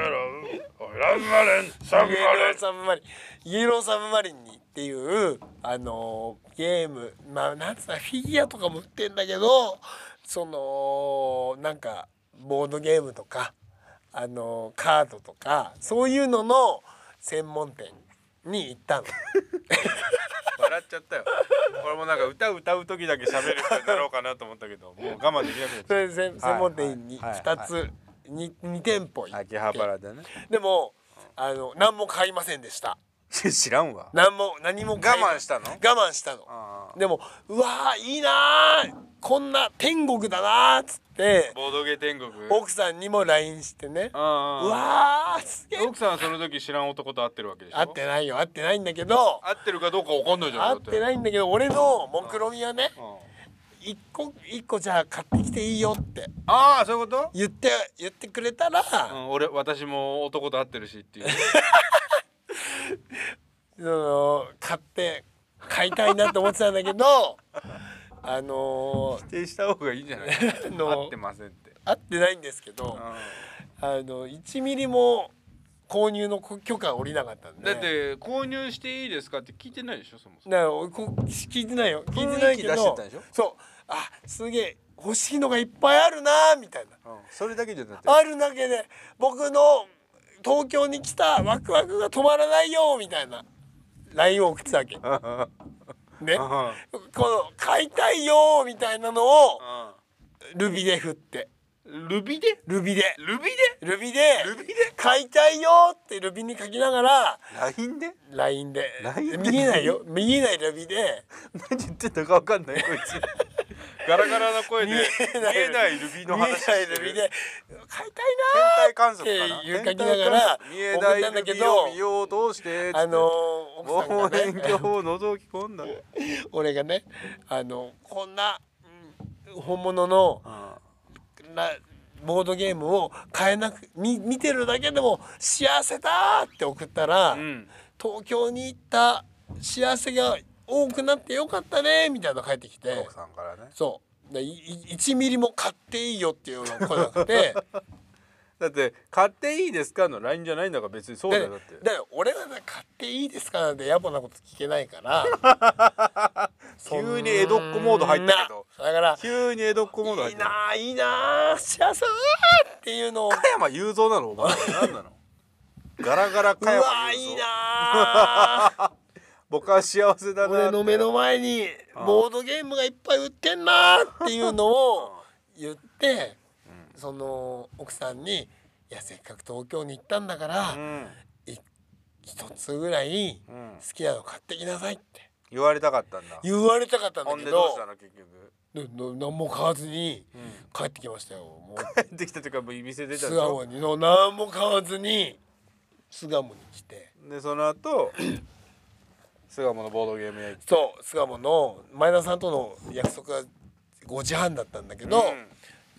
サブマリンイエローサブマリンにっていうあのー、ゲーム、まあなんつうのフィギュアとかも売ってんだけど、そのなんかボードゲームとかあのー、カードとかそういうのの専門店に行ったの笑っちゃったよ。俺もなんか歌歌う時だけ喋る人になろうかなと思ったけど、もう我慢できなくなっちゃった。 それで専門店にふたつに店舗行って、 秋葉原でね。 でもあの何も買いませんでした。 知らんわ。 何も何も我慢したの？ 我慢したの。でもうわーいいなー、こんな天国だなーっつってボードゲー天国奥さんにも ライン してね、うわーすげえ。 奥さんはその時知らん男と会ってるわけでしょ？ 会ってないよ、会ってないんだけど、 会ってるかどうかわかんないじゃん。 会ってないんだけど、俺の目論みはね、一個一個じゃあ買ってきていいよってああそういうこと言って言ってくれたら、 うん、俺私も男と会ってるしっていうその買って買いたいなと思ってたんだけどあのー、 否定した方がいいんじゃないの合ってませんって合ってないんですけど、うん、あのいちミリも購入の許可が下りなかったんで。 だって購入していいですかって聞いてないでしょそもそも。 だからこ聞いてないよ聞いてないけど、そうあすげえ欲しいのがいっぱいあるなみたいな、 うん、それだけじゃなくてあるだけで僕の東京に来たワクワクが止まらないよみたいな ライン を送ってたわけね、この買いたいよみたいなのをルビで振って、 ルビでルビでルビでルビでルビで買いたいよってルビに書きながらライン でライン でラインで見えないよ見えないルビで何言ってたか分かんないこいつガラガラな声で見えないルビの話してる。 見えないルビで買いたい天体観測かなっていう書きながら見えないルビを見ようとしてあの奥さんがね望遠鏡を覗き込んだ俺がねあのこんな、うん、 本物のボードゲームを買えなく 見, 見てるだけでも幸せだって送ったら、うん、東京に行った幸せが多くなってよかったねみたいなの返ってきて、 奥さんからね、 そういちミリも買っていいよっていうような声があってだって買っていいですかの ライン じゃないんだから別にそうだよ。だってだから俺は、ね、買っていいですかなんて野暮なこと聞けないから急に江戸っ子モード入ったけど、 だから急に江戸っ子モード入った。 いいな、いいな、幸せだっていうのを。 加山雄三なのお前何なのガラガラ加山雄三。うわいいな僕は幸せだな。 俺の目の前にボードゲームがいっぱい売ってんなっていうのを言ってその奥さんに「いやせっかく東京に行ったんだから、うん、一つぐらい好きなの買ってきなさい」って言われたかったんだ。 言われたかったんだけど、ほんでどうしたの結局。何も買わずに帰ってきましたよ。もう帰ってきたというかもう店出た巣鴨にの何も買わずに巣鴨に来て、でその後巣鴨のボードゲーム屋行って、 そう巣鴨の前田さんとの約束がごじはんだったんだけど、うん、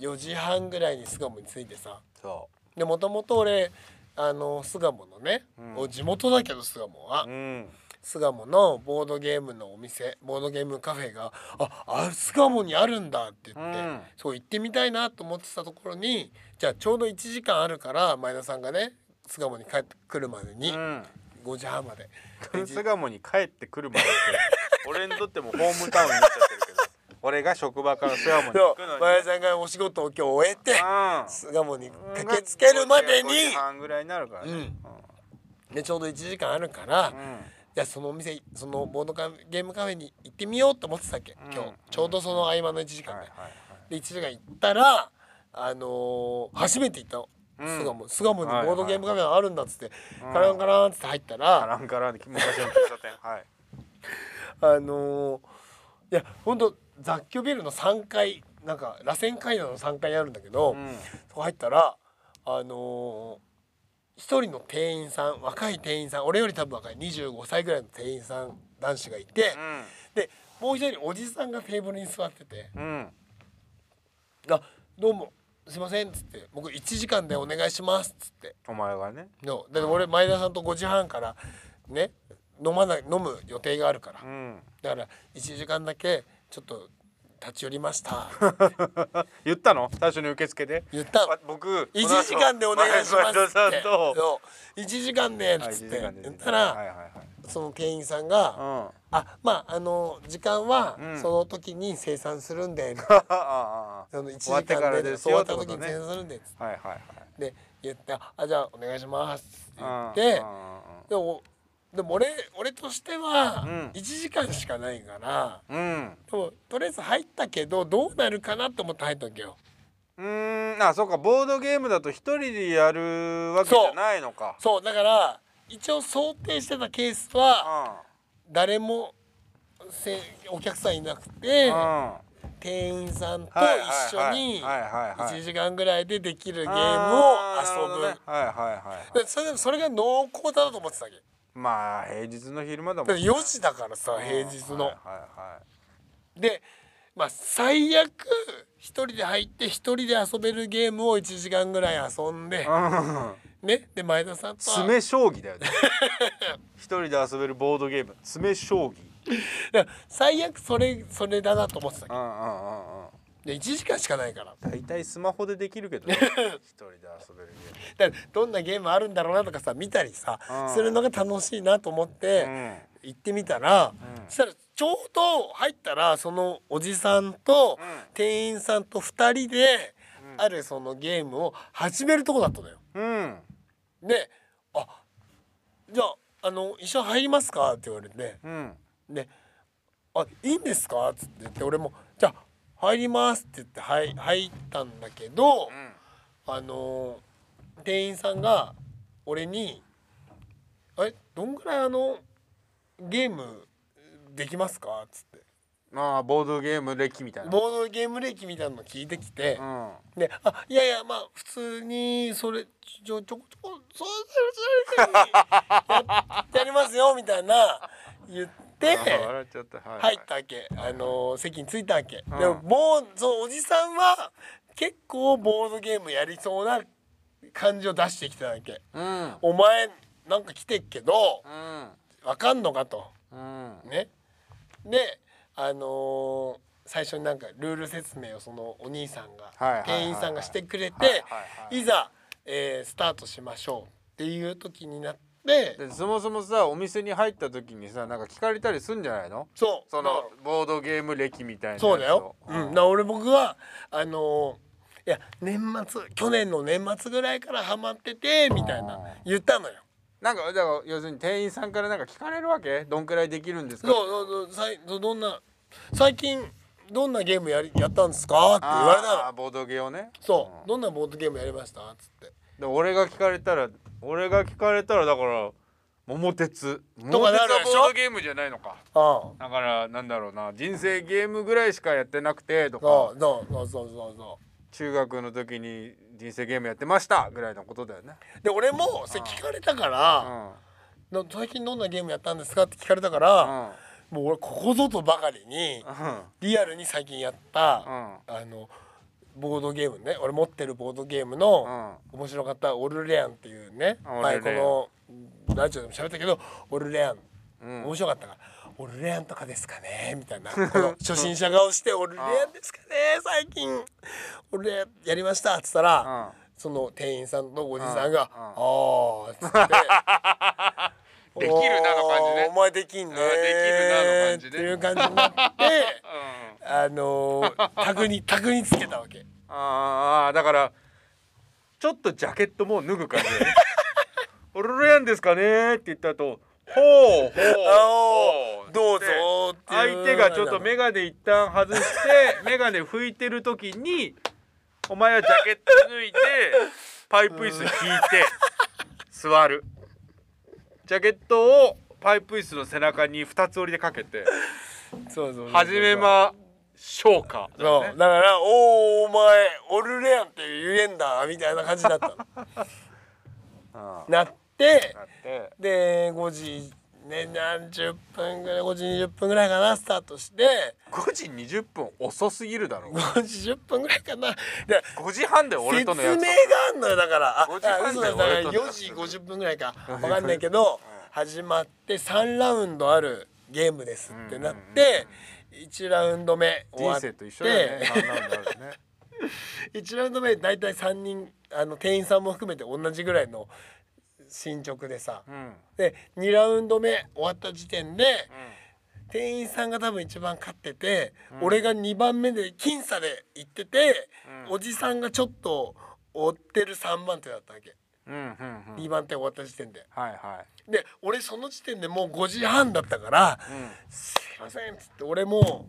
よじはんぐらいに巣鴨に着いてさ、そうでもともと俺あの巣鴨のね、うん、地元だけど巣鴨は、うん、巣鴨のボードゲームのお店ボードゲームカフェがああ巣鴨にあるんだって言って、うん、そう行ってみたいなと思ってたところに、じゃあちょうどいちじかんあるから前田さんがね巣鴨に帰ってくるまでに、うん、ごじはんまで巣鴨に帰ってくるまでって俺にとってもホームタウンになっちゃってるけど俺が職場から巣鴨に行くのに前田さんがお仕事を今日終えて巣鴨に駆けつけるまでにごじはんぐらいになるからね、うんうん、 でちょうどいちじかんあるから、うん、じゃあそのお店そのボードゲームカフェに行ってみようと思ってたっけ、うん、今日ちょうどその合間のいちじかんで、はいはいはい、でいちじかん行ったらあのー、初めて行ったの巣鴨、巣鴨にボードゲームカフェがあるんだっつって、はいはい、カランカランって入ったら、 カランカランって昔の喫茶店はいあのー、いやほんと雑居ビルのさんがいなんか螺旋階段のさんがいあるんだけど、うん、そこ入ったらあのー、一人の店員さん若い店員さん俺より多分若いにじゅうごさいぐらいの店員さん男子がいて、うん、でもう一人おじさんがテーブルに座ってて、うん、あどうもすいませんっつって僕いちじかんでお願いしますっつってお前がねので俺前田さんとごじはんからね飲まない飲む予定があるから、うん、だからいちじかんだけちょっと立ち寄りました言ったの最初に受付で言ったの僕いちじかんでお願いしますっていちじかんでっつって言ったら、はいはいはい、その店員さんが、うん、あまああの時間はその時に生産するんで、うん、そのいちじかんで終わった時に生産するんでっつって、はいはいはい、で言ってあじゃあお願いしますって言って、でもでも 俺, 俺としてはいちじかんしかないから、うん、でもとりあえず入ったけどどうなるかなと思って入ったわけよ。 うーんあそうかボードゲームだと一人でやるわけじゃないのか。 そう、そうだから一応想定してたケースは誰もせお客さんいなくて、うん、店員さんと一緒にいちじかんぐらいでできるゲームを遊ぶ。それそれが濃厚だと思ってたわけ。 まあ平日の昼間だもん、ね、 よじだからさ平日の、はいはいはい、でまあ最悪一人で入って一人で遊べるゲームをいちじかんぐらい遊んで、うん、ねで前田さんと詰将棋だよね一人で遊べるボードゲーム詰将棋だから最悪それそれだなと思ってたけど、うんうんうんうんでいちじかんしかないからだいたいスマホでできるけど、ね、一人で遊べるゲームだからどんなゲームあるんだろうなとかさ見たりさ、うん、するのが楽しいなと思って、うん、行ってみたら、うん、そしたらちょうど入ったらそのおじさんと店員さんとふたりで、うん、あるそのゲームを始めるとこだったのよ、うん、であじゃあ、あの一緒に入りますかって言われて、うん、であいいんですかっつって言って俺もじゃあ入りますって言って入入ったんだけど、うん、あの店員さんが俺に「えどんぐらいあのゲームできますか?」っつってああボードゲーム歴みたいなボードゲーム歴みたいなの聞いてきて、うん、で「あいやいやまあ普通にそれちょちょこちょこそうそれそれややりますよ」みたいな言ってて笑っちゃった、はいはい、 入ったわけ、あのー、席に着いたわけ、うん、でももうそのおじさんは結構ボードゲームやりそうな感じを出してきたわけ、うん、お前なんか来てっけど、うん、わかんのかと、うん、ねであのー、最初になんかルール説明をそのお兄さんが、はいはいはいはい、店員さんがしてくれて、はいはいはい、いざ、えー、スタートしましょうっていう時になってでそもそもさお店に入った時にさなんか聞かれたりするんじゃないの？ そうそのボードゲーム歴みたいなやつを。 そうだよ、うん、だ俺僕はあのー、いや年末去年の年末ぐらいからハマっててみたいな言ったのよ。 なんかだから要するに店員さんからなんか聞かれるわけ？どんくらいできるんですか？ そうそうそうどんな最近どんなゲームやりやったんですかって言われたの。 ボードゲーをね。 そう、うん、どんなボードゲームやりましたっつって。 で俺が聞かれたら俺が聞かれたらだから桃鉄桃鉄はボードゲームじゃないのか。ああだからなんだろうな人生ゲームぐらいしかやってなくてとかそうそうそうそうそう中学の時に人生ゲームやってましたぐらいのことだよね。 で俺もそれ聞かれたから、うん、最近どんなゲームやったんですかって聞かれたから、うん、もう俺ここぞとばかりに、うん、リアルに最近やった、うん、あのボードゲームね俺持ってるボードゲームの、うん、面白かったオルレアンっていうね前このラジオでも喋ったけどオルレアン、うん、面白かったからオルレアンとかですかねみたいなこの初心者顔してオルレアンですかね最近オルレアンやりましたっつったら、うん、その店員さんとおじさんが「ああ」っつって 「できるな」の感じね。 お前できんねできるなの感じねっていう感じになってあのー、タグにタグにつけたわけ。 ああだからちょっとジャケットも脱ぐ感じで、ね、オルレアンですかねって言った後ほうほうほうどうぞって相手がちょっとメガネ一旦外してメガネ拭いてる時にお前はジャケット脱いでパイプ椅子引いて座る。ジャケットをパイプ椅子の背中に二つ折りでかけてそうそう始めましょうか。 そうだからおーお前オルレアンって言えんだみたいな感じだったのああなってでごじね何十分ぐらいごじにじゅっぷんぐらいかなスタートしてごじにじゅっぷん遅すぎるだろ。 ごじじゅっぷんぐらいかなでごじはんで俺とのやつ説明があんのよだからあごじはんで俺とのよじごじゅっぷんぐらいか分かんないけど始まってさんラウンドあるゲームですってなっていちラウンド目終わって人生と一緒だよねさんラウンドあるねいちラウンド目だいたいさんにんあの店員さんも含めて同じぐらいの進捗でさ、うん、でにラウンド目終わった時点で、うん、店員さんが多分一番勝ってて、うん、俺がにばんめで僅差で行ってて、うん、おじさんがちょっと追ってるさんばん手だったわけ、うんうんうん、にばん手終わった時点で、はいはい、で俺その時点でもうごじはんだったから「うん、すいません」っつって俺も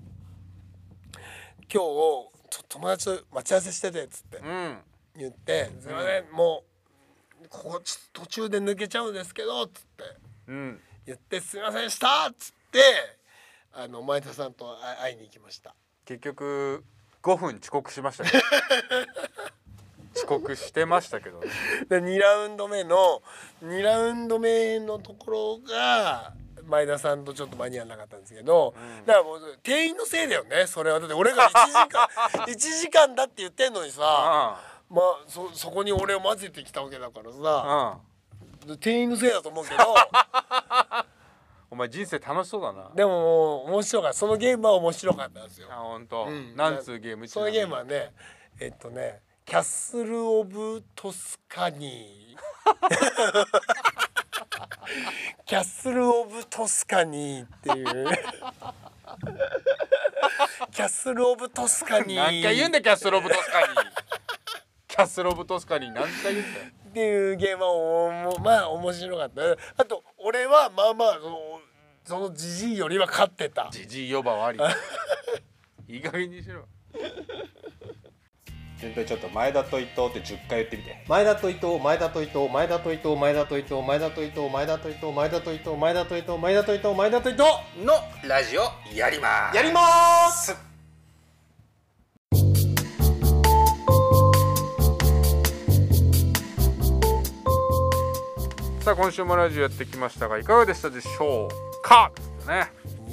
「今日友達と待ち合わせしてて」っつって言って「すいませんもうここ途中で抜けちゃうんですけど」っつって言って「すいませんでした」っつってあの前田さんと会いに行きました。 結局ごふん遅刻しましたけど遅刻してましたけどね。 でにラウンド目のにラウンド目のところが前田さんとちょっと間に合わなかったんですけど、うん、だからもう店員のせいだよねそれは。だって俺がいちじかんいちじかんだって言ってんのにさあまあ そ, そこに俺を混ぜてきたわけだからさ、うん、店員のせいだと思うけどお前人生楽しそうだな。 でも面白かったそのゲームは面白かったんですよ。 あ本当、うん、なんつうゲーム？ そのゲームはねえっとねキャッスル・オブ・トスカニーキャッスル・オブ・トスカニーっていうキャッスル・オブ・トスカニー何回言うんだキャッスル・オブ・トスカニーキャッスル・オブ・トスカニー何回言うんだよっていうゲームはまあ面白かった。あと俺はまあまあそのジジイよりは勝ってた。 ジジイ呼ばわりいい加減にしろ。全体ちょっと前田と伊藤ってじゅっかい言ってみて。 前田と伊藤前田と伊藤前田と伊藤前田と伊藤前田と伊藤前田と伊藤前田と伊藤前田と伊藤前田と伊藤前田と伊藤のラジオやりまーすやりまーす。 さあ今週もラジオやってきましたがいかがでしたでしょうかね。 い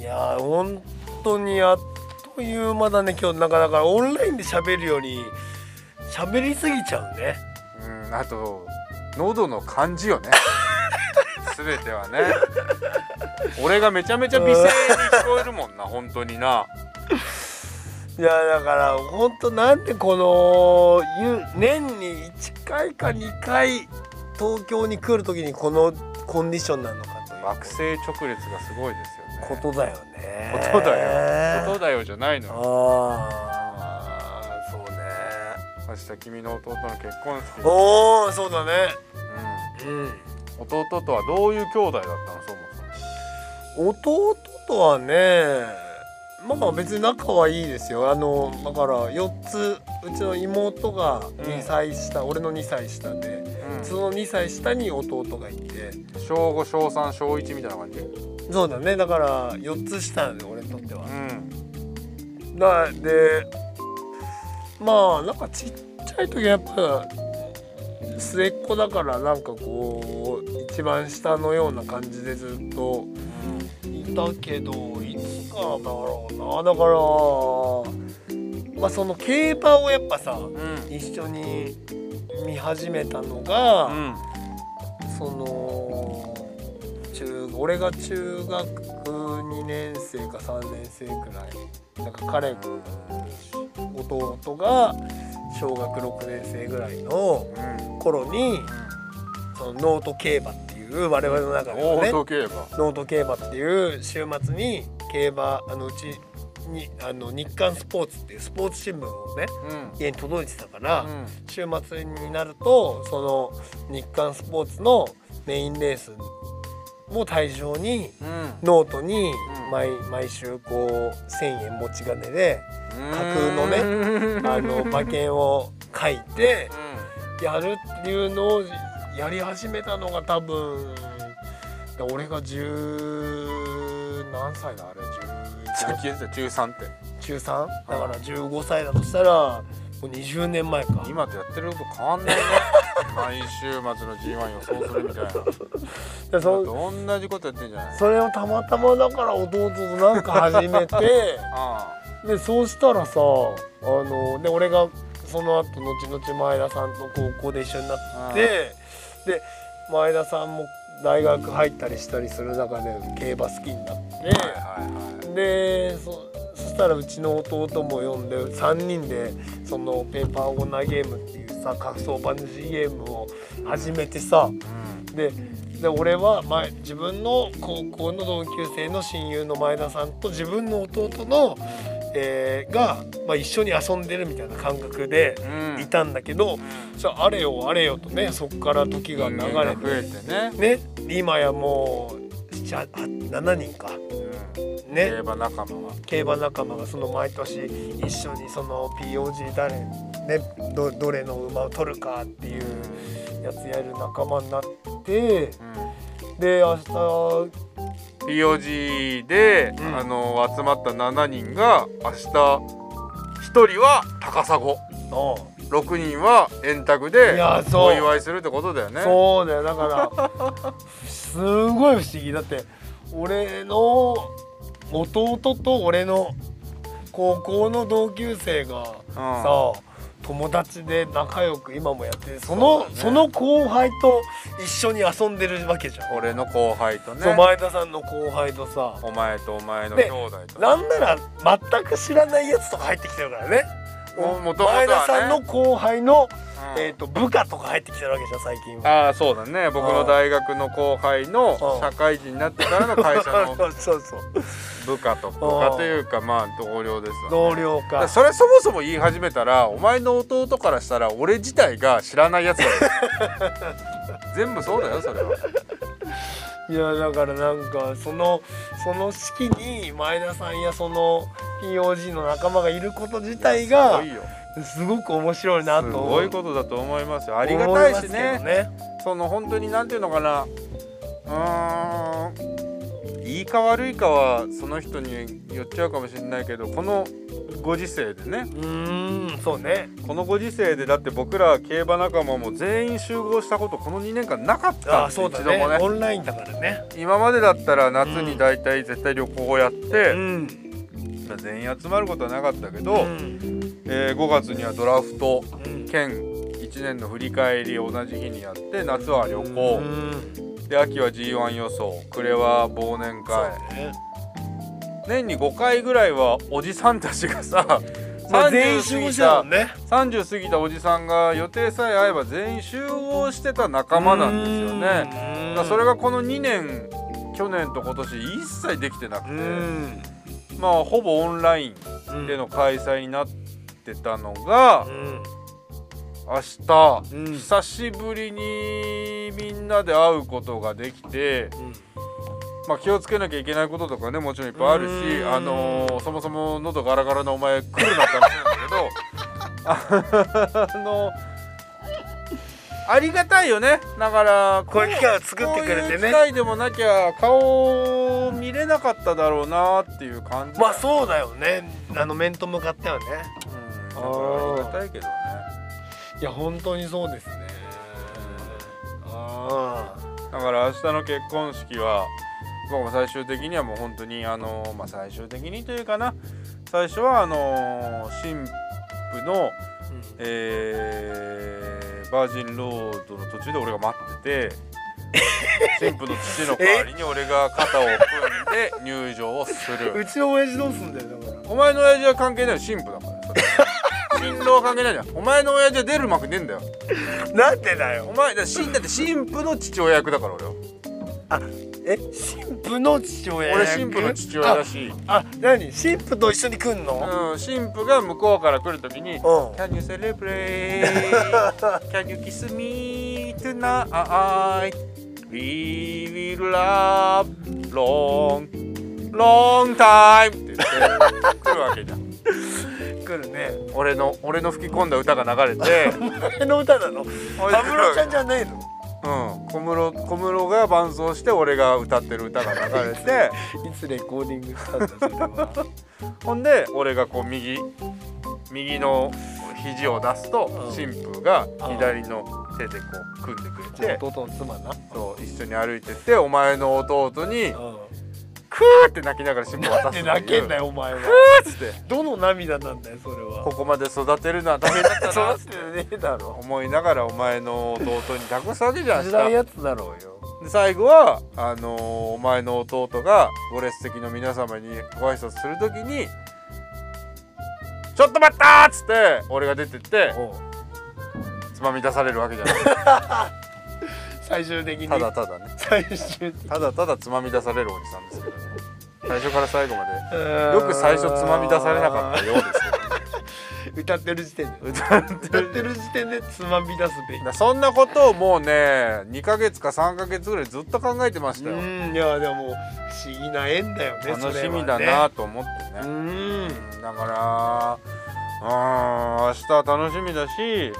いや本当にあっという間だね今日。なかなかオンラインで喋るより喋りすぎちゃうね。 うん、あと喉の感じよね全てはね俺がめちゃめちゃ美声に聞こえるもんな本当にな。 いやだから本当なんでこの年にいっかいかにかい東京に来る時にこのコンディションなのかという惑星直列がすごいですよね。 ことだよね。 ことだよことだよじゃないのよ。 ああそうね。 明日君の弟の結婚式。 おおそうだね。 うん、うん、弟とはどういう兄弟だったのそもそも。 弟とはねまあ別に仲はいいですよ。あのだからよっつうちの妹がにさい下、うん、俺のにさい下で、うん、そのにさい下に弟がいてしょうごしょうさんしょういちみたいな感じ。 そうだね。だからよっつ下なんで俺にとっては、うん、だでまあなんかちっちゃい時はやっぱ末っ子だからなんかこう一番下のような感じでずっといたけどいつからだろうな。だからまあその競馬をやっぱさ、うん、一緒に見始めたのが、うん、その中俺が中学にねん生かさんねん生くらいなんか彼弟が小学ろくねん生ぐらいの頃に、うん、そのノート競馬っていう我々の中ではねノート競馬ノート競馬っていう週末に競馬あのうちにあの日刊スポーツっていうスポーツ新聞をね、うん、家に届いてたから、うん、週末になるとその日刊スポーツのメインレースも対象に、うん、ノートに毎、毎週こうせんえん持ち金で架空のねあの馬券を書いてやるっていうのをやり始めたのが多分俺が十何歳だあれさっき言ってた中さんって中さんだからじゅうごさいだとしたらもうにじゅうねんまえか。 今とやってること変わんないね毎週末の ジーワン 予想するみたいなそ同じことやってんじゃない。 それをたまたまだから弟となんか始めてああでそうしたらさあので俺がその後後々前田さんと高校で一緒になってで前田さんも大学入ったりしたりする中で競馬好きになって、はいはいはい、で そ, そしたらうちの弟も呼んでさんにんでそのペーパーオーナーゲームっていうさ格闘馬主ゲームを始めてさ、うん、でで俺は前自分の高校の同級生の親友の前田さんと自分の弟の、えー、が、まあ、一緒に遊んでるみたいな感覚でいたんだけど、うん、じゃああれよあれよとねそこから時が流れて、増えてね、 ね今やもうしちゃななにんか、うんね、 競馬仲間が競馬仲間がその毎年一緒にその ピーオージー 誰、ね、ど, どれの馬を取るかっていうやつやる仲間になって、うん、で明日ピーオージー で、うん、あの集まったななにんが明日ひとりは高砂ろくにんは円卓でお祝いするってことだよね。 そうだよだからすごい不思議だって俺の弟と俺の高校の同級生がさ、うん、友達で仲良く今もやってその そ,、ね、その後輩と一緒に遊んでるわけじゃん。 俺の後輩とねそう前田さんの後輩とさお前とお前の兄弟と、 ね、なんなら全く知らないやつとか入ってきてるからね。 もともとはね、 前田さんの後輩の、うんえー、と部下とか入ってきてるわけじゃん最近は。ああそうだね僕の大学の後輩の社会人になってからの会社の部下と部下というかまあ同僚ですわ、ね、同僚か。 それそもそも言い始めたらお前の弟からしたら俺自体が知らないやつだよ全部そうだよそれは。 いやだからなんかそのその式に前田さんやその ピーオージー の仲間がいること自体がすごく面白いなとすごいことだと思いますよ。ありがたいし ね, ねその本当になんていうのかなうーんいいいか悪いかはその人によっちゃうかもしれないけど、このご時世でね、 うーんそうね、 このご時世でだって僕ら競馬仲間も全員集合したことこのにねんかんなかったんです。 あそうだね、 一度もねオンラインだからね。 今までだったら夏に大体絶対旅行をやって、 うん、 全員集まることはなかったけど、 うん、 えー、ごがつにはドラフトうん兼いちねんの振り返りを同じ日にやって、夏は旅行、 うん、 で秋は ジーワン 予想、暮れは忘年会、 ね、 年にごかいぐらいはおじさんたちがさ、 まあ、全員集合してたもんね。 さんじゅう過ぎたおじさんが予定さえ合えば全員集合してた仲間なんですよね。だからそれがこのにねん、去年と今年一切できてなくて、まあほぼオンラインでの開催になってたのが、明日、うん、久しぶりにみんなで会うことができて、うん、まあ気をつけなきゃいけないこととかねもちろんいっぱいあるし、あのー、そもそも喉ガラガラなお前来るなって話なんだけどあのありがたいよね。だからこういう機会を作ってくれてね、こういう機会でもなきゃ顔見れなかっただろうなっていう感じ。 まあそうだよね、あの面と向かってはね、 うん、だからありがたいけどね。 いや本当にそうですね、うん、あだから明日の結婚式は僕も最終的にはもう本当にあのまあ最終的にというかな、最初はあの新婦の、うん、えー、バージンロードの途中で俺が待ってて新婦の父の代わりに俺が肩を組んで入場をする。 うちの親父どうすんだよ。だからお前の親父は関係ないよ、新婦だから新郎は関係ないじゃん。お前の親父は出る幕ねえんだよ。 なんでだよ。 お前だ新だって新婦の父親役だから俺は。 あ、え、新婦の父親役。 俺新婦の父親だし。 あ、あ、何？新婦と一緒に来んの？ うん、新婦が向こうから来るときに、うん、Can you celebrate? Can you kiss me tonight? We will love long, long time って言って来るわけじゃん。 来るね。 俺の俺の吹き込んだ歌が流れてお前の歌なの？安室ちゃんじゃねえの？ うん、小室小室が伴奏して俺が歌ってる歌が流れていつレコーディングしたんだそれはほんで俺がこう右右の肘を出すと、うん、新婦が左の手でこう組んでくれて、 弟の妻な、 そう一緒に歩いてってお前の弟に、うん、クーって泣きながら新婦渡すっていう。 なんで泣けんだよお前は。 クーって。 どの涙なんだよそれは。 ここまで育てるのは大変だったなってねえだろ思いながらお前の弟に託すわけじゃん。 知らんやつだろうよ。 で最後はあのー、お前の弟がご列席の皆様にご挨拶するときに「ちょっと待った!」っつって俺が出てってつまみ出されるわけじゃない最終的にただただね最終的ただただつまみ出されるおじさんですけどね。最初から最後までよく最初つまみ出されなかったようですけどね歌ってる時点で歌ってる歌ってる時点でつまみ出すべき。 そんなことをもうねにかげつかさんかげつぐらいずっと考えてましたよ。 うんいやでも不思議な縁だよね。 楽しみだなと思ってね。 うんだからうん明日楽しみだし、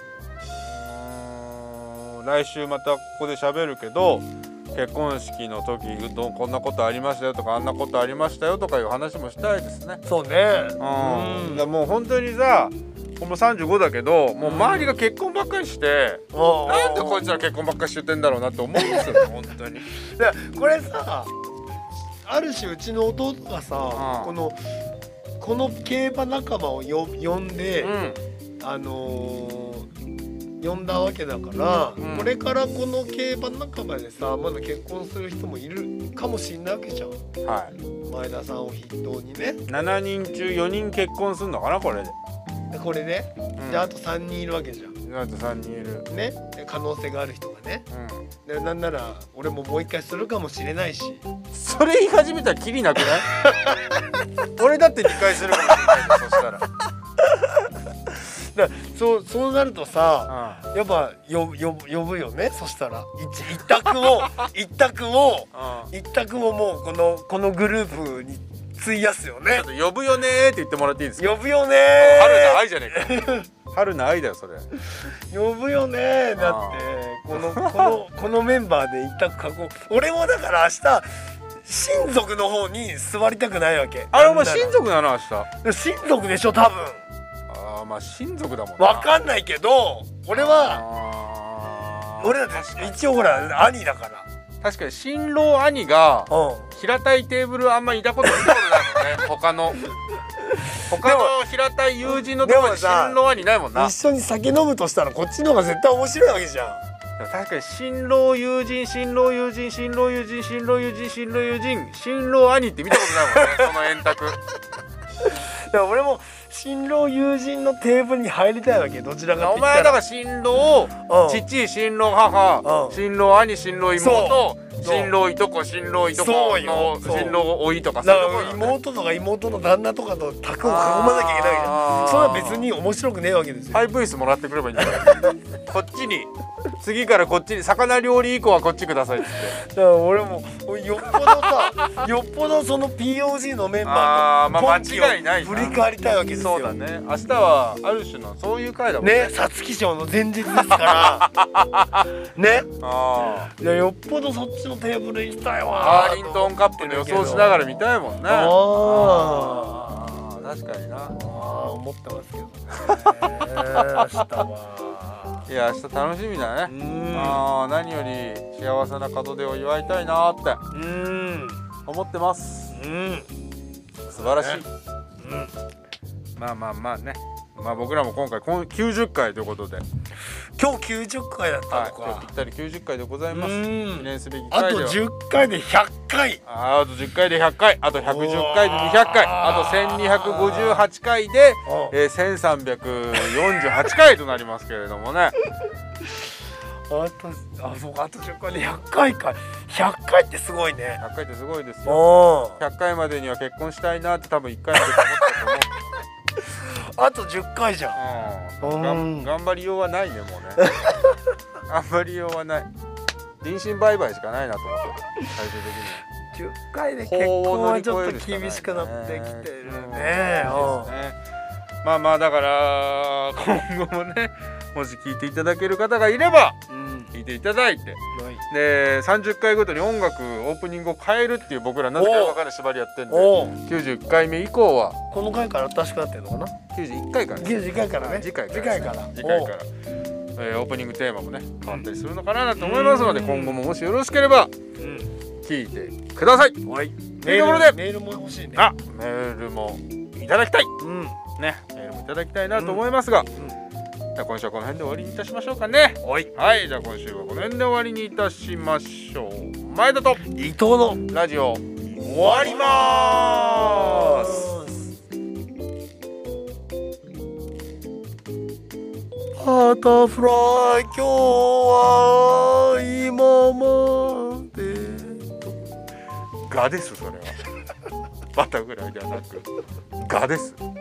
うん来週またここで喋るけど結婚式の時どこんなことありましたよとかあんなことありましたよとかいう話もしたいですね。 そうね。 うんだもう本当にさもうさんじゅうごだけどもう周りが結婚ばっかりして、うん、なんでこいつら結婚ばっかりしててんだろうなって思うんですよね本当に。でこれさある種うちの弟がさ、うん、このこの競馬仲間をよ呼んで、うん、あのー、呼んだわけだから、うん、これからこの競馬仲間でさまだ結婚する人もいるかもしれないわけじゃん。 はい。 前田さんを筆頭にね。 しちにん中よにん結婚するのかなこれで。 これね、うん、じゃああとさんにんいるわけじゃん。 あとさんにんいるね、可能性がある人がね、うん、でなんなら俺ももう一回するかもしれないし。 それ言い始めたらキリなくない俺だってにかいするかもしれないそしたらだそうそうなるとさ、うん、やっぱ呼呼ぶよね。そしたら一一択を一択を、うん、一択をもうこのこのグループに費やすよね。 ちょっと呼ぶよねーって言ってもらっていいですか。 呼ぶよねー。春の愛じゃねえか春の愛だよそれ。 呼ぶよねーだってこのこのこのメンバーで一択書こう。俺もだから明日親族の方に座りたくないわけ。 あれお前親族なの明日。 親族でしょ多分。 ああまあ親族だもんな。 わかんないけど俺は俺だって一応ほら兄だから。 確かに新郎兄が平たいテーブルあんまりいたこと見たことないもんね。他の他の平たい友人のところに新郎兄ないもんな。 一緒に酒飲むとしたらこっちの方が絶対面白いわけじゃん。 確かに新郎友人新郎友人新郎友人新郎友人新郎友人新郎兄って見たことないもんね。その円卓。 いや俺も新郎友人のテーブルに入りたいわけ。どちらかって言ったらお前だから新郎父新郎母新郎兄新郎妹新郎いとこ新郎いとこの新郎おいとかそういうとこ妹とか妹の旦那とかと卓を囲まなきゃいけないわけじゃん。それは別に面白くねえわけですよ。 パイプ椅子もらってくればいいんだよ。こっちに次からこっちに魚料理以降はこっちくださいっつって。 だから俺もよっぽどさよっぽどその ピーオージー のメンバーと間違いない振り返りたいわけですよ。 そうだね。明日はある種のそういう回だもんね。 ね、皐月賞の前日ですからね。 あいやよっぽどそっちのテーブル行きたいわ。 アーリントンカップの予想しながら見たいもんね。ああ確かにな。 あ思ってますけどね。明日は。 いや明日楽しみだね。ああ何より幸せな門出を祝いたいなってうん思ってます。うん素晴らしい。うんまあまあまあね。まあ僕らも今回きゅうじゅっかいということで今日きゅうじゅっかいだったのか、はい、 今日ぴったりきゅうじゅっかいでございます。記念すべき回であとじゅっかいでひゃっかいあとじゅっかいでひゃっかいあとひゃくじゅっかいでにひゃっかいあとせんにひゃくごじゅうはちかいで、えー、せんさんびゃくよんじゅうはちかいとなりますけれどもね。 あとあそうあとじゅっかいでひゃっかいか。ひゃっかいってすごいね。 ひゃっかいってすごいですよ。ひゃっかいまでには結婚したいなって多分いっかいまでと思ったと思う。 あとじゅっかいじゃん。 うん、頑張りようはないねもうね。頑張りようはない。人身売買しかないなと思って最終的にじゅっかいで結婚はちょっと厳しくなってきてるね。 まあまあだから今後もねもし聞いていただける方がいれば、うん、聞いていただいて、はい、でさんじゅっかいごとに音楽オープニングを変えるっていう僕らなぜか分かんない縛りやってんできゅうじゅっかいめ以降はこの回から新しくなってるのかな。 きゅうじゅういっかいからきゅうじゅういっかいからね。 次回から次回から次回から、えー、オープニングテーマもね変わったりするのかなと思いますので今後ももしよろしければ、うん、聞いてください。はい。というところでメールも欲しいね。 あメールもいただきたい、うんね、メールもいただきたいなと思いますが、うんうんじゃあ今週はこの辺で終わりにいたしましょうかね。はい、はい、じゃあ今週はこの辺で終わりにいたしましょう。前田と伊藤のラジオ終わりまーす。 バタフライ今日は今までガですそれはバタフライではなくガです。